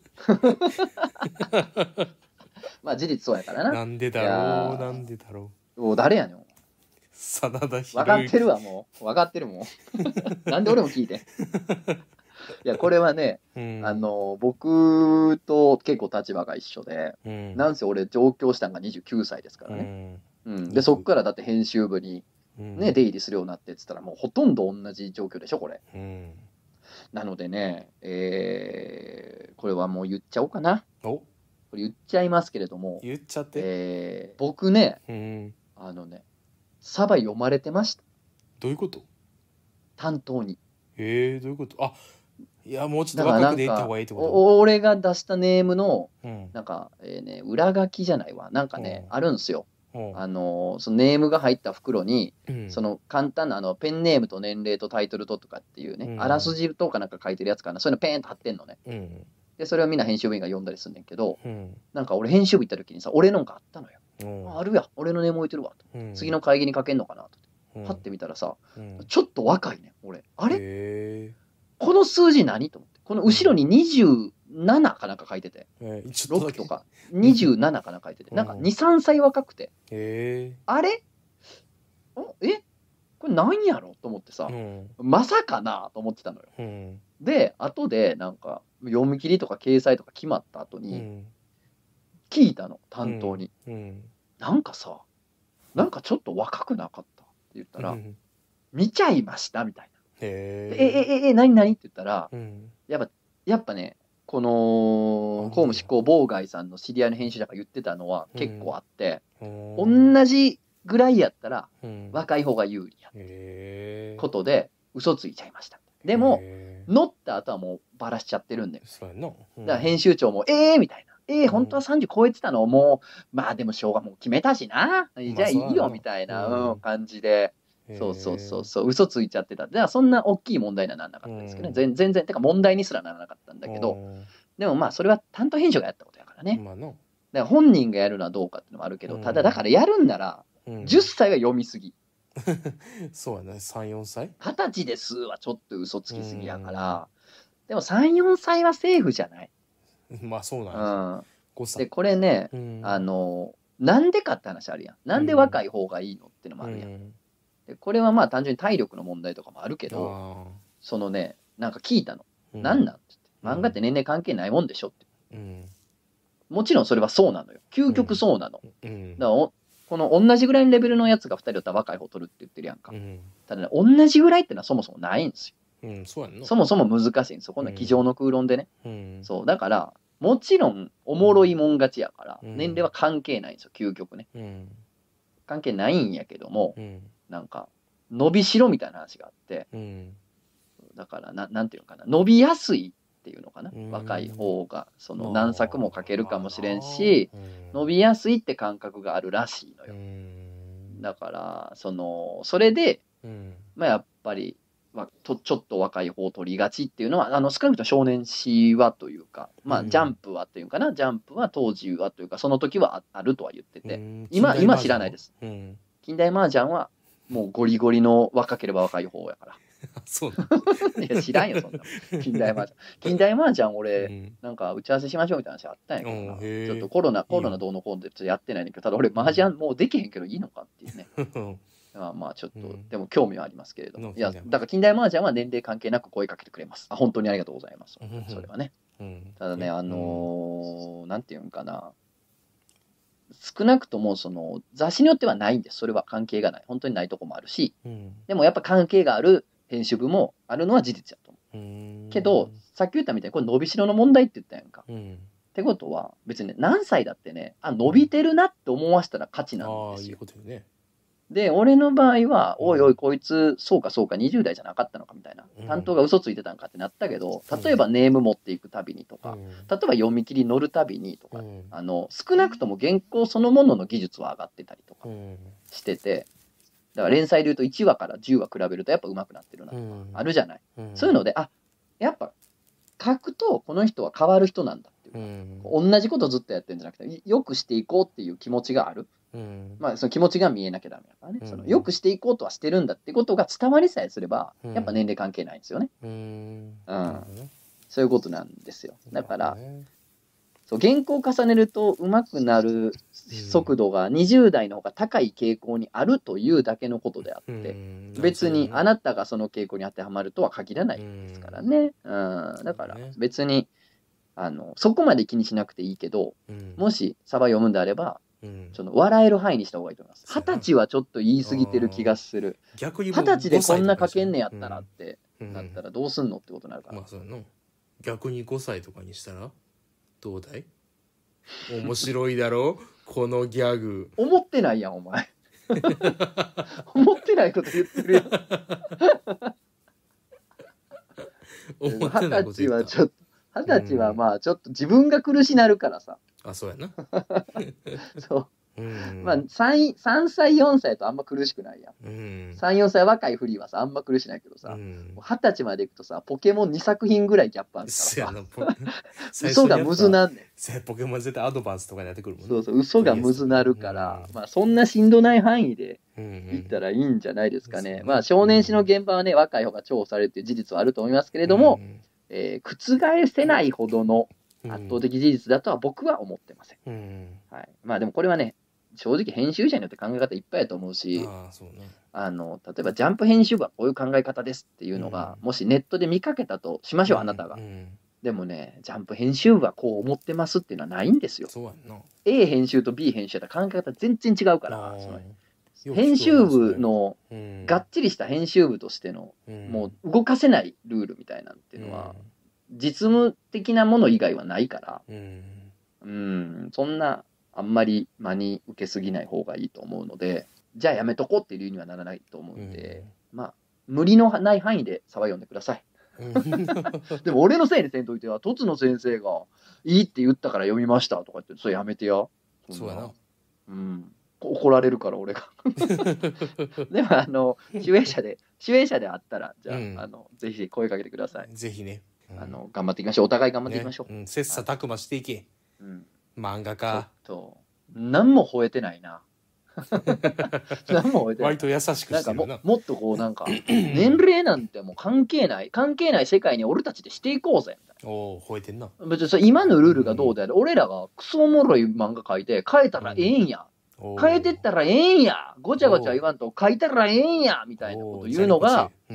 まあ事実そうやからな。 なんでだろう、なんでだろう。お誰やねん。 真田広之。 分かってるわ、もう。分かってるもん。なんで俺も聞いて。いや、これはね、うん、あの、僕と結構立場が一緒で、うん、なんせ俺上京したのがにじゅうきゅうさいですからね。うん、うん、で、そっからだって編集部にね、うん、出入りするようになってって言ったら、もうほとんど同じ状況でしょ、これ。うん、なのでね、えー、これはもう言っちゃおうかな。おこれ言っちゃいますけれども、 言っちゃって。 えー、僕ね、うん、あのね、サバ読まれてました。 どういうこと？ 担当に。 えー、どういうこと？あ、いや、もうちょっと若くでいった方がいいってこと？ 俺が出したネームの、うん、なんか、えーね、裏書きじゃないわ。なんかね、うん、あるんすよ。あのそのネームが入った袋に、うん、その簡単なあのペンネームと年齢とタイトルととかっていうね、うん、あらすじとかなんか書いてるやつかな、そういうのペーンと貼ってんのね、うん、でそれをみんな編集部員が読んだりすんねんけど、うん、なんか俺編集部行った時にさ、俺のがあったのよ、うん、あ, あるや俺のネーム置いてるわと、うん、次の会議に書けんのかなと、うん、パッて見たらさ、うん、ちょっと若いね俺、あれこの数字何と思って、この後ろににじゅうななかなんか書いてて、えー、ろくとかにじゅうななかなんか書いてて、なんかに、さんさい若くて、えー、あれおえこれ何やろと思ってさ、うん、まさかなと思ってたのよ、うん、で後でなんか読み切りとか掲載とか決まった後に、うん、聞いたの担当に、うんうん、なんかさなんかちょっと若くなかったって言ったら、うん、見ちゃいましたみたいな、ええええ何何って言ったら、うん、やっぱやっぱねこの公務執行妨害さんの知り合いの編集者が言ってたのは結構あって、うん、同じぐらいやったら若い方が有利やってことで嘘ついちゃいました。でも乗った後はもうバラしちゃってるんで、うん、だから編集長もええー、みたいな、えー、本当はさんじゅう超えてたのもうまあでもしょうがもう決めたしな、じゃあいいよみたいな、うん、感じで、そうそうそうそう嘘ついちゃってた。だからそんな大きい問題にはならなかったですけどね、うん、全然てか問題にすらならなかったんだけど、でもまあそれは担当編集がやったことやからね、まあ、のだから本人がやるのはどうかっていうのもあるけど、ただだからやるんならじゅっさいは読みすぎ、 うん、そうやね、さん、よんさいはたちですはちょっと嘘つきすぎやから、でもさん、よんさいはセーフじゃない。 まあそうなんです、 うん、でこれね、うん、あのなんでかって話あるやん。なんで若い方がいいのってのもあるやん、うん、でこれはまあ単純に体力の問題とかもあるけど、 そのね、なんか聞いたの。 うん、 なんなんって言って。漫画って年齢関係ないもんでしょって。 うん、 もちろんそれはそうなのよ。究極そうなの。 うん、 だからおこの同じぐらいのレベルのやつがふたりだったら若い方取るって言ってるやんか。 うん、 ただね、同じぐらいってのはそもそもないんですよ。 うん、そうやんの。 そもそも難しいんですよ。こんな机上の空論でね。 うん、 そう。だから、もちろんおもろいもん勝ちやから、 うん、 年齢は関係ないんですよ、究極ね。 うん、 関係ないんやけども、 うん、 なんか、伸びしろみたいな話があって、 うん、 だからな、なんていうのかな、伸びやすいっていうのかな、 うん、 若い方が、そのまあ何作も書けるかもしれんし、 まあな伸びやすいって感覚があるらしいのうよ。 ん、 だから、その、それで、 うん、 まあやっぱり、まあ、とちょっと若い方を取りがちっていうのは、あの、少なくとも少年誌はというか、まあ、 うんジャンプはというかな、ジャンプは当時はというか、その時はああるとは言ってて、 うん今、今知らないです。 うん、 近代麻雀は、もうゴリゴリの若ければ若い方やから。 そうなんいや、知らんよ、そんな。近代麻雀。近代麻雀、俺、 うんなんか打ち合わせしましょうみたいな話あったんやけどな。 うんへーちょっとコロナ、コロナいいよどうのこうのでちょっとやってないんだけど、ただ俺、麻雀もうできへんけどいいのかっていうね。 うんまあまあ、ちょっと、 うんでも興味はありますけれども。いや、 うん近代麻雀だから近代麻雀は年齢関係なく声かけてくれます。あ、本当にありがとうございます。 うんそれはね。 うんただね、あうんのーなんていうんかな。少なくとも、その、雑誌によってはないんです。それは関係がない。本当にないとこもあるし、 うんでもやっぱ関係がある編集部もあるのは事実だと思うんう。けど、さっき言ったみたいに、これ伸びしろの問題って言ったやんか。 うんってことは、別にね、何歳だってね、あ、伸びてるなって思わせたら勝ちなんああいいですよ。 ことよねで、俺の場合は、 うんおいおい、こいつ、そうかそうか、にじゅう代じゃなかったのかみたいなうん。 担当が嘘ついてたんかってなったけど、 うん例えばネーム持っていくたびにとか、 うん例えば読み切り乗るたびにとか、 うんあの、少なくとも原稿そのものの技術は上がってたりとかうんしてて、だから連載で言うといちわからじゅうわ比べるとやっぱ上手くなってるなとか、 うんあるじゃない。 うんそういうので、あ、やっぱ書くとこの人は変わる人なんだっていうう。ん同じことずっとやってるんじゃなくて、よくしていこうっていう気持ちがある。 うんまあ、その気持ちが見えなきゃダメだからね。 うんそのよくしていこうとはしてるんだってことが伝わりさえすれば、 うんやっぱ年齢関係ないんですよね。 うんうんなるほどねそういうことなんですよ。だから、 なるほどねそう原稿を重ねると上手くなる速度がにじゅう代の方が高い傾向にあるというだけのことであって、 うん別にあななたがその傾向に当てはまるとは限らないですからね。うん、だから別にあのそこまで気にしなくていいけど、 うんもしサバ読むんであれば、 うんその笑える範囲にした方がいいと思います。 そうやな二十歳はちょっと言い過ぎてる気がする。 逆に二十歳でこんな書けんねややったらってうんなったらどうすんのってことになるから。 まあそうやな逆にごさいとかにしたらどうだい面白いだろこのギャグ思ってないやん、お前。思ってないこと言ってるやん。 思ってない二十歳こと言ったはちょっと、二十歳はまあちょっと自分が苦しなるからさ。 あそうやなそう。 うんまあさん、さんさい、よんさいとあんま苦しくないやん。 うんさん、よんさい若いフリーはさ、あんま苦しないけどうさ、 ん二十歳までいくとさ、ポケモンにさく品ぐらいギャップあるからそうやなポさ、嘘がむずなんねん。 せポケモン絶対アドバンスとかになってくるもんねそうそう、嘘がむずなるから、 うんまあそんなしんどない範囲でうんいったらいいんじゃないですかね。 うんまあ少年誌の現場はね、若い方が重宝されるっていう事実はあると思いますけれども、 うんえー覆せないほどのうん圧倒的事実だとは僕は思ってません。 うんはい。まあでもこれはね、正直編集者によって考え方いっぱいやと思うし、 ああそうねあの、例えばジャンプ編集部はこういう考え方ですっていうのが、 うんもしネットで見かけたとしましょう、あなたがう。んでもね、ジャンプ編集部はこう思ってますっていうのはないんですよ。 そうやんな A 編集と B 編集だったら考え方全然違うからあ、 そのー編集部のうんがっちりした編集部としての、 うんもう動かせないルールみたいなんっていうのは、実務的なもの以外はないから、 うんうん、そんなあんまり真に受けすぎない方がいいと思うので、じゃあやめとこうっていう理由にはならないと思うんで、まあ、無理のない範囲でサバ読んでください。 うんでも俺のせいにせんといては、とつの先生がいいって言ったから読みましたとか言って、それやめてや。 そうやなうん。怒られるから俺が。でもあの、主演者で、主演者であったら、じゃあ、 うんあの、ぜひぜひ声かけてください。 ぜひねうんあの、頑張っていきましょう。お互い頑張っていきましょう。 ねうん切磋琢磨していけうん。 漫画ちょっ家と、何も吠えてないな。何も吠えてない割。と優しくなんかもしてるなもっとこうなんか年齢なんてもう関係ない関係ない世界に俺たちでしていこうぜみたいおお吠えてんなな。別にそれ今のルールがどうであれ、俺らがクソおもろい漫画描いて変えたらええんや、 おー変えてったらええんや、ごちゃごちゃ言わんと書いたらええんやみたいなこと言うのがおーじゃあこっちうん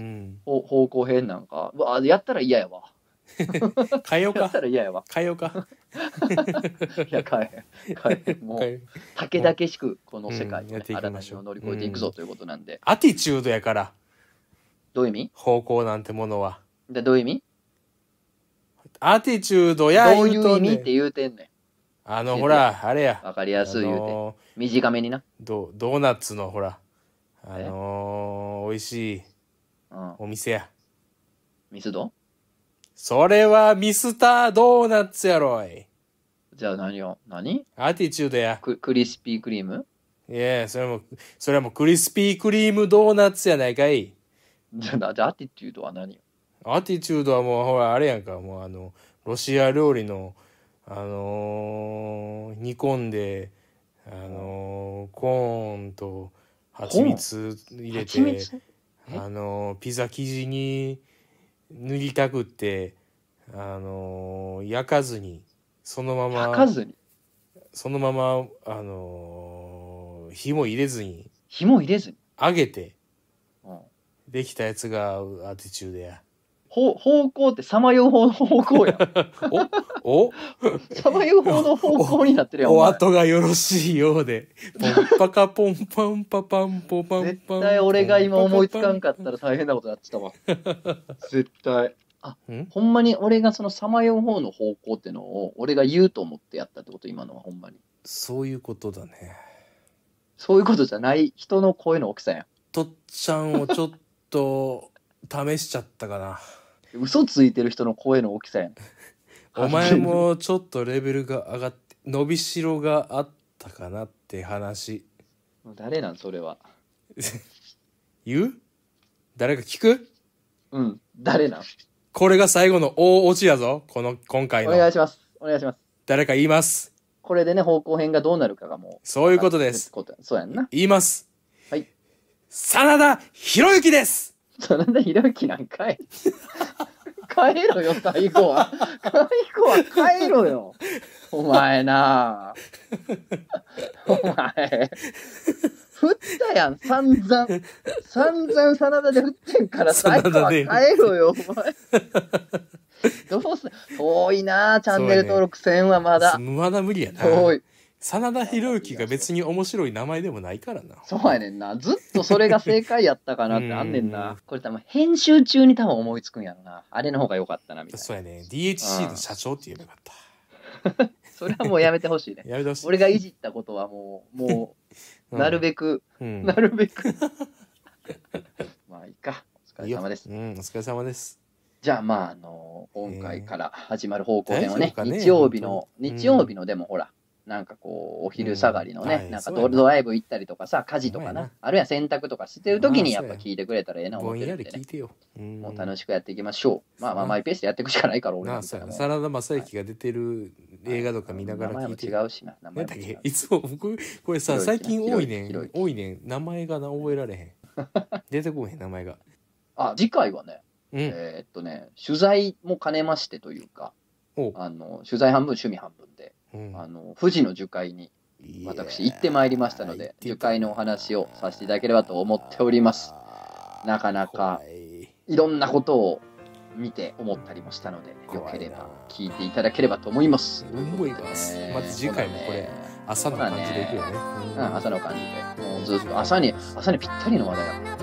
ほ方向編なんか、うわやったら嫌やわ。 変えようかやったら嫌やわ。 変えようかいや、変えへん。変えへん。もう、たけだけしくこの世界を、ね、 うん、やっていきましょう。 新たに乗り越えていくぞということなんで。 アティチュードやから。 どういう意味？ 方向なんてものは。 でどういう意味？ アティチュードやどうい言うとんねんう意味って言うてんねん。 あのほらあれやわかりやすい言うて、 あのー短めにな。 ドドーナツのほらあのー、美味しいうんお店や。 ミスド？ それはミスタードーナツやろい。 じゃあ何を何アティチュードや。 ククリスピークリーム？ いやそれもそれはもうクリスピークリームドーナツやないかい。 じゃあじゃあアティチュードは何よ？ アティチュードはもうほらあれやんか、もうあのロシア料理のあのー、煮込んであのー、コーンと蜂蜜入れてあのー、ピザ生地に塗りたくってあのー、焼かずにそのまま焼かずにそのままあのー、火も入れずに火も入れずに揚げて、 うん、 できたやつがアティチュードや。 方向ってさまよう方の方向やん。 おおさまよう方の方向になってるやん。 お後がよろしいようで。ポンパカポンパンパパンポパンパン。 絶対俺が今思いつかんかったら大変なことになってたわ。絶対。あ、ほんまに俺がそのさまよう方の方向ってのを俺が言うと思ってやったってこと？今のはほんまに。 そういうことだね。 そういうことじゃない人の声の大きさやん。 とっちゃんをちょっと試しちゃったかな。 嘘ついてる人の声の大きさやん。 お前もちょっとレベルが上がって伸びしろがあったかなって話。 誰なんそれは。 言う？誰か聞く？ うん、誰なん？ これが最後の大オチやぞ。この今回の。 お願いします。お願いします。 誰か言います。 これでね方向編がどうなるかがもう。 そういうことです。 そうやんな。 言います。 はい。 真田広之です。 真田広之なんかい。帰ろよ最後は。最後は帰ろよ。お前な。お前。振ったやん散々。散々真田で振ってんから最後は帰ろよお前。どうす遠いな。チャンネル登録せんはまだ。 まだ無理やな。遠い。真田広之が別に面白い名前でもないからな。 そうやねんな。ずっとそれが正解やったかなってあんねんな。これ多分編集中に多分思いつくんやろな。あれの方が良かったなみたいな。 そうやね。ディーエイチシー の社長って言えばよかった。 それはもうやめてほしいね。 やめてほしい。 俺がいじったことはもう、もう、なるべく、うん、なるべく。まあいいか。お疲れ様です。 いいうん、お疲れ様です。 じゃあまああの今回から始まる方向編をね、ね日曜日の日曜日のでもほら。なんかこうお昼下がりのね、うん、なんかドライブ行ったりとかさ家事とかなあるいは洗濯とかしてる時にやっぱ聞いてくれたらええな思ってるんでね、うん、もう楽しくやっていきましょう。まあまあマイペースでやっていくしかないから俺なんかも真田正幸が出てる映画とか見ながら聞いてる、 名前も違うしな名前も違ういつも僕これさ最近多いねん多いねん名前がな覚えられへん出てこへん名前が。 あ次回はね、うん、えー、っとね取材も兼ねましてというかあの取材半分趣味半分で、うん、あの富士の樹海に私行ってまいりましたので樹海のお話をさせていただければと思っております。なかなかいろんなことを見て思ったりもしたのでよければ聞いていただければと思います。 思います。まず次回もこれ朝の感じでいくよね。 うん、朝の感じでもうずっと朝に朝にぴったりの話題だから。